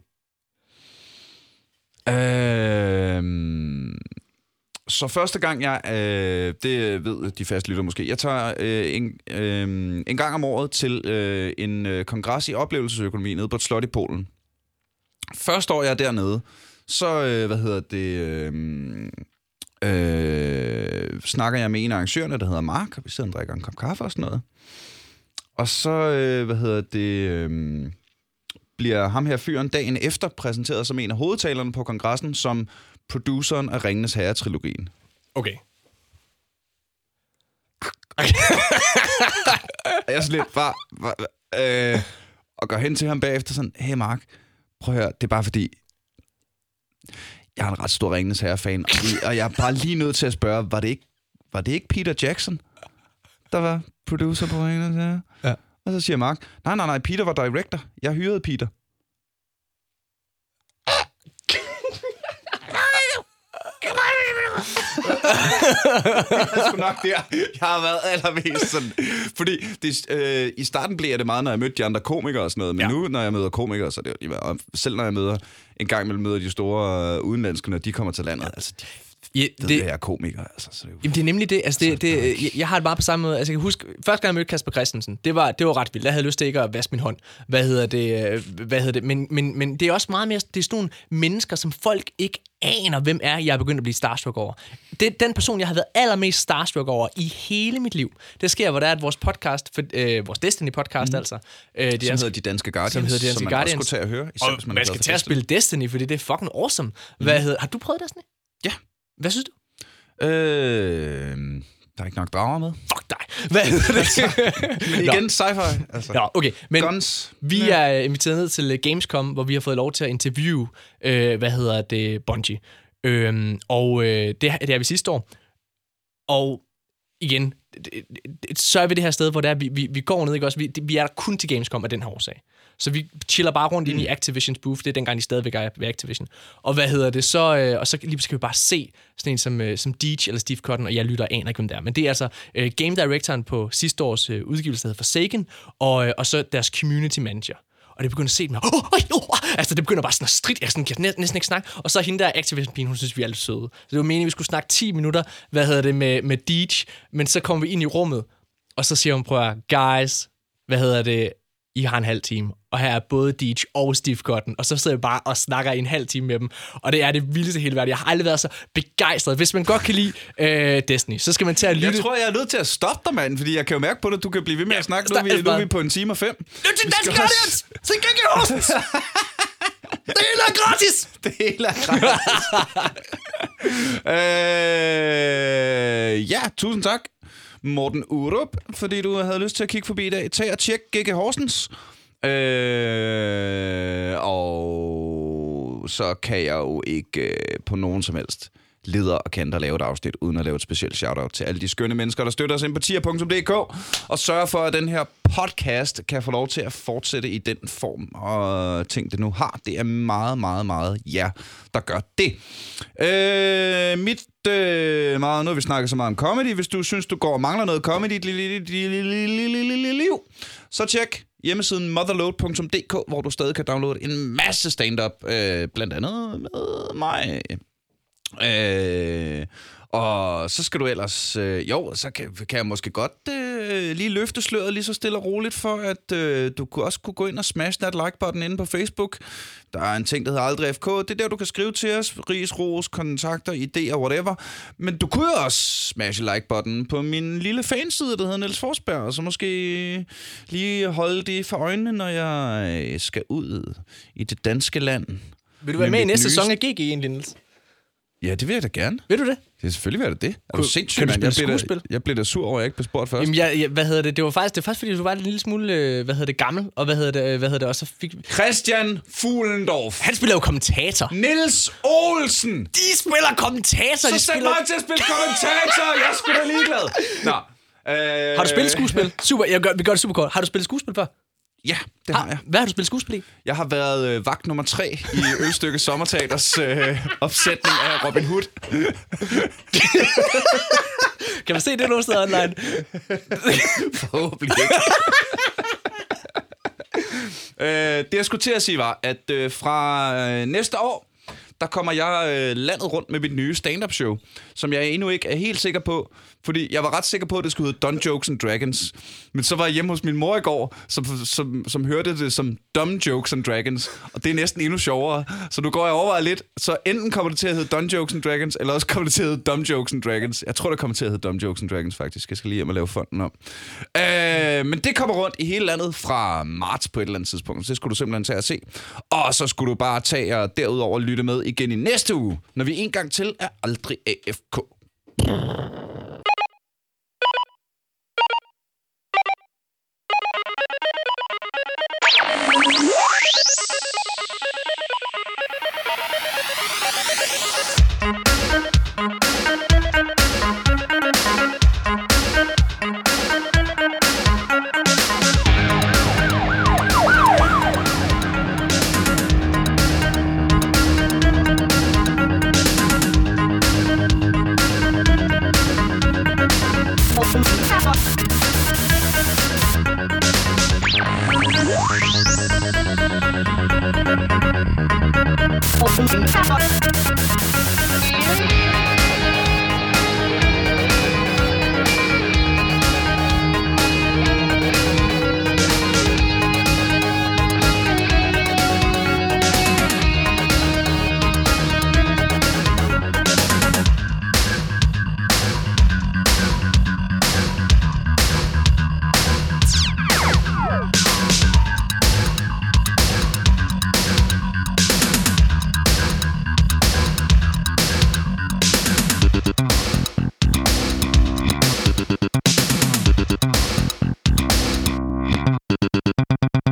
Så første gang det ved de faste lytter måske, jeg tager en gang om året til en kongres i oplevelsesøkonomi nede på et slot i Polen. Første år jeg er dernede, så snakker jeg med en af arrangørerne, der hedder Mark, og vi sidder og drikker en kop kaffe og sådan noget. Og så, bliver ham her fyren dagen efter præsenteret som en af hovedtalerne på kongressen, som produceren af Ringenes Herre-trilogien. Okay. Jeg er sådan lidt bare... og går hen til ham bagefter sådan, hey Mark, prøv at høre, det er bare fordi, jeg er en ret stor Ringenes Herre-fan, og jeg er bare lige nødt til at spørge, var det ikke Peter Jackson, der var producer på Ringenes Herre? Ja. Og så siger Mark, nej, Peter var director. Jeg hyrede Peter. Det er sgu nok der, jeg har været allermest sådan. Fordi i starten blev det meget, når jeg mødte de andre komikere og sådan noget. Men nu, når jeg møder komikere, så er det jo og selv når jeg møder en gang imellem møder de store udenlandske, når de kommer til landet. Altså, jeg er komiker, altså. Så det er nemlig det. Altså, jeg har det bare på samme måde. Altså, jeg kan huske, første gang jeg mødte Kasper Christensen, det var ret vildt. Jeg havde lyst til ikke at vaske min hånd. Hvad hedder det? Men det er også meget mere, det er sådan nogle mennesker, som folk ikke aner, hvem er, jeg er begyndt at blive starstruck over. Det er den person, jeg har været allermest starstruck over i hele mit liv. Det sker, hvor der er, at vores podcast, vores Destiny-podcast altså. Som hedder De Danske Guardians. Som man også skulle tage at høre. Og man skal tage at spille Destiny, fordi det er fucking awesome. Har du prøvet Destiny? Ja. Hvad synes du? Der er ikke nok drager med. Fuck dig. Hvad hedder det? Men igen, sci-fi. Altså. Ja, okay. Men Guns. Vi er inviteret ned til Gamescom, hvor vi har fået lov til at interviewe, Bungie. Det er vi sidste år. Og igen, så er vi det her sted, hvor det er, vi går ned, ikke også? Vi er der kun til Gamescom af den her årsag. Så vi chiller bare rundt ind i Activisions booth. Det er dengang, de stadigvæk er ved Activision. Og hvad hedder det? Og så lige skal vi bare se sådan en som Deej eller Steve Cotton, og jeg lytter aner ikke, hvem det er. Men det er altså game directoren på sidste års udgivelse, der hedder Forsaken, og så deres community manager. Og det begynder at se dem her. Altså, det begynder bare sådan at strid. Jeg kan næsten ikke snakke. Og så hende der Activision-pigen, hun synes, vi er lidt søde. Så det var meningen, vi skulle snakke 10 minutter, med Deej. Men så kommer vi ind i rummet, og så siger hun, prøv at guys, I har en halv time, og her er både Deej og Steve Cotton, og så sidder jeg bare og snakker i en halv time med dem, og det er det vildeste hele verden. Jeg har aldrig været så begejstret. Hvis man godt kan lide Destiny, så skal man tage at lytte. Jeg tror, jeg er nødt til at stoppe dig, mand, fordi jeg kan jo mærke på det, at du kan blive ved med at snakke. Nu er vi på 1 time og 5. Lyt til Dansk Guardians! Så kan ikke hostes! Det hele er gratis! Det hele er gratis. Ja, tusind tak. Morten Urup, fordi du havde lyst til at kigge forbi i dag. Tag og tjek G.G. Horsens. Og så kan jeg jo ikke på nogen som helst leder og kanter lave et afsnit, uden at lave et specielt shoutout til alle de skønne mennesker, der støtter os ind på tier.dk og sørger for, at den her podcast kan få lov til at fortsætte i den form og ting, det nu har. Det er meget, meget, meget jer, der gør det. Nu har vi snakket så meget om comedy. Hvis du synes, du går og mangler noget comedy i dit liv, så tjek hjemmesiden motherload.dk, hvor du stadig kan downloade en masse stand-up, blandt andet med mig. Og så skal du ellers... så kan jeg måske godt lige løfte sløret lige så stille og roligt for, at du også kunne gå ind og smash that like-button inde på Facebook. Der er en ting, der hedder Aldrig FK. Det er der, du kan skrive til os. Ris, ros, kontakter, idéer, whatever. Men du kunne også smashe like-button på min lille fanside, der hedder Niels Forsberg, og så måske lige holde det for øjnene, når jeg skal ud i det danske land. Vil du være med i næste sæson af GG egentlig, Niels? Ja, det vil jeg da gerne. Vil du det? Det er selvfølgelig være det. Er du sindssygt, mand? Jeg blev da sur over, at jeg ikke blev spurgt først. Jamen, det var faktisk fordi, du var en lille smule, gammel, og og så fik... Christian Fuglendorf. Han spiller jo kommentator. Niels Olsen. De spiller kommentator. Så sæt mig til at spille kommentator. Jeg er sgu da ligeglad. Nå. Har du spillet skuespil? Super, vi gør det super kort. Har du spillet skuespil før? Ja, det har jeg. Hvad har du spillet skuespil i? Jeg har været vagt nummer 3 i Ølstykke Sommerteaters opsætning af Robin Hood. Kan man se det nogle steder online? Forhåbentlig ikke. Det jeg skulle til at sige var, at fra næste år, der kommer jeg landet rundt med mit nye stand-up show, som jeg endnu ikke er helt sikker på, fordi jeg var ret sikker på, at det skulle hedde Dumb Jokes and Dragons. Men så var jeg hjemme hos min mor i går, som hørte det som Dumb Jokes and Dragons, og det er næsten endnu sjovere. Så nu går jeg over lidt, så enten kommer det til at hedde Dumb Jokes and Dragons, eller også kommer det til at hedde Dumb Jokes and Dragons. Jeg tror, det kommer til at hedde Dumb Jokes and Dragons, faktisk. Jeg skal lige hjem og lave fonden om. Men det kommer rundt i hele landet fra marts på et eller andet tidspunkt, så det skulle du simpelthen tage at se. Og så skulle du bare tage og derudover lytte med igen i næste uge, når vi en gang til er Aldrig AFK.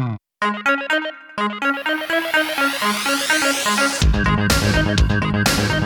Thank you.